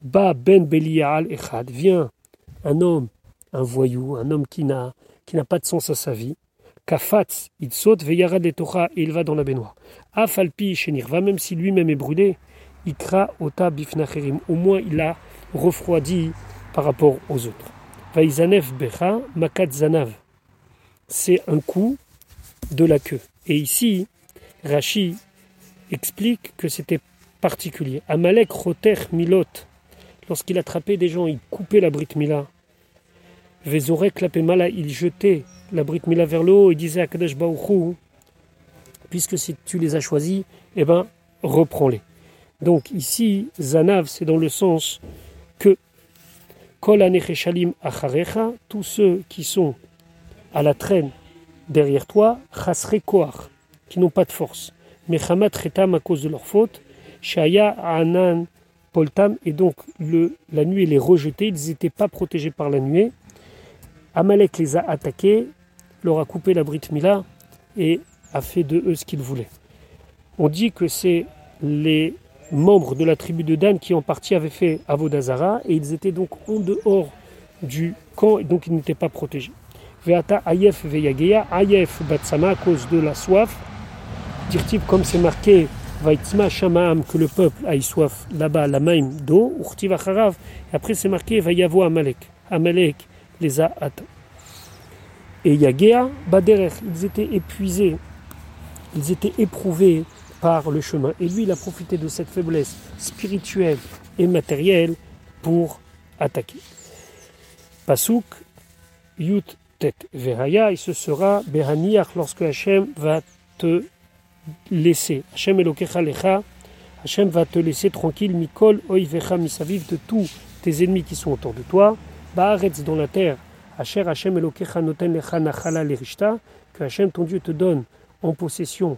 Ba ben Belial echad, vient un homme, un voyou, un homme qui n'a, qui n'a pas de sens à sa vie. Kafatz, il saute, veyara de Torah, et il va dans la baignoire. Afalpi chenir, va même si lui-même est brûlé, ikra ota bifnacherim, au moins il a refroidi par rapport aux autres. Vaizanef becha makat zanav, c'est un coup de la queue. Et ici, Rashi explique que c'était particulier. Amalek roter milot, lorsqu'il attrapait des gens, il coupait la Brit Mila. Vezorek lapemala, il jetait la Brit Mila vers le haut et disait à Kadosh Baruch Hu, puisque si tu les as choisis, eh ben, reprends-les. Donc ici, Zanav, c'est dans le sens que Kol anecheshalim acharecha, tous ceux qui sont à la traîne derrière toi, chasre koach, qui n'ont pas de force. Mechamat chetam à cause de leur faute, shaya anan poltam, et donc le, la nuée les rejetait, ils n'étaient pas protégés par la nuée. Amalek les a attaqués, leur a coupé la Brit Mila et a fait de eux ce qu'il voulait. On dit que c'est les membres de la tribu de Dan qui en partie avaient fait Avodazara et ils étaient donc en dehors du camp et donc ils n'étaient pas protégés. Veata Ayef Veyagea, Ayef Batsama à cause de la soif. Dirtib comme c'est marqué Vaitzma Shamaam que le peuple a soif là-bas, la maim d'eau, Urtiv Acharav, et après c'est marqué Vayavo Amalek. Amalek les a atteints. Et Yagea Baderech, ils étaient épuisés, ils étaient éprouvés par le chemin. Et lui, il a profité de cette faiblesse spirituelle et matérielle pour attaquer. Pasuk, Yut Tet Veraya, et ce sera Beraniach lorsque Hachem va te laisser. Hachem Elokecha Lecha, Hachem va te laisser tranquille, Mikol Oivecha Misaviv, de tous tes ennemis qui sont autour de toi. Baaretz dans la terre, Asher Hachem Elokecha Noten Lecha Nachala Lerishta, que Hachem ton Dieu te donne en possession.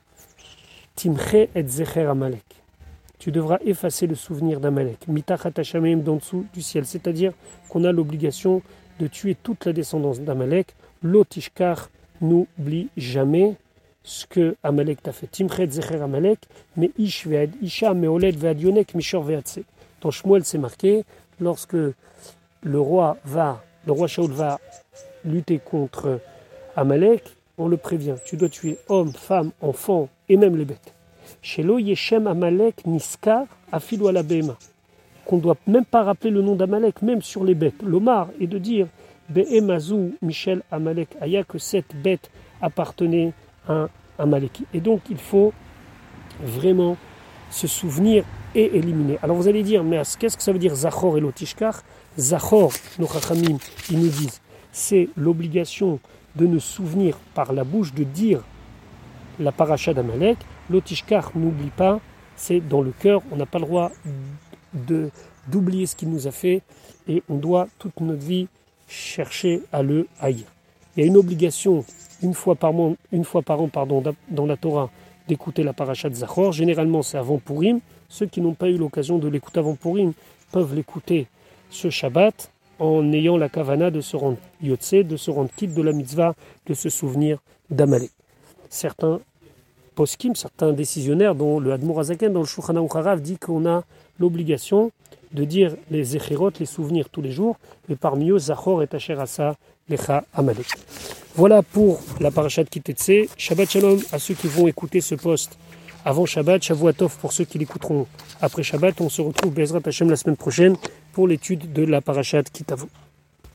Timche et Zecher Amalek. Tu devras effacer le souvenir d'Amalek. Mitachat Hashameim d'en dessous du ciel. C'est-à-dire qu'on a l'obligation de tuer toute la descendance d'Amalek. Lotishkar, n'oublie jamais ce que Amalek t'a fait. Timche et Zecher Amalek, mais Ish ve'ad Isha me'oled ve'ad yonek mishor ve'atse. Dans Shmuel, c'est marqué, lorsque le roi va, le roi Shaul va lutter contre Amalek, on le prévient, tu dois tuer hommes, femmes, enfants et même les bêtes. Shelo Yeshem Amalek Niskar Afilu ala Behema. Qu'on ne doit même pas rappeler le nom d'Amalek, même sur les bêtes. L'Omar est de dire Behemazou Michel Amalek Aya, que cette bête appartenait à Amaleki. Et donc il faut vraiment se souvenir et éliminer. Alors vous allez dire, mais qu'est-ce que ça veut dire Zachor et Lotishkar? Zachor, nos Chachamim, ils nous disent, c'est l'obligation de nous souvenir par la bouche, de dire la paracha d'Amalek. Lotishkar, n'oublie pas, c'est dans le cœur, on n'a pas le droit de, d'oublier ce qu'il nous a fait et on doit toute notre vie chercher à le haïr. Il y a une obligation, une fois par, an, une fois par an pardon, dans la Torah, d'écouter la paracha de Zachor. Généralement, c'est avant Purim. Ceux qui n'ont pas eu l'occasion de l'écouter avant Purim peuvent l'écouter ce Shabbat, en ayant la kavana de se rendre yotse, de se rendre quitte de la mitzvah, de se souvenir d'Amalek. Certains poskim, certains décisionnaires, dont le Admor Hazaken dans le Shulchan Aruch Harav dit qu'on a l'obligation de dire les zechirot, les souvenirs tous les jours, et parmi eux, Zachor et Asher Asa Lecha Amalek. Voilà pour la parashat Ki Tetseh. Shabbat Shalom à ceux qui vont écouter ce post avant Shabbat, Shavua Tov pour ceux qui l'écouteront après Shabbat. On se retrouve Bezrat Hashem la semaine prochaine pour l'étude de la parashat Ki Tavo.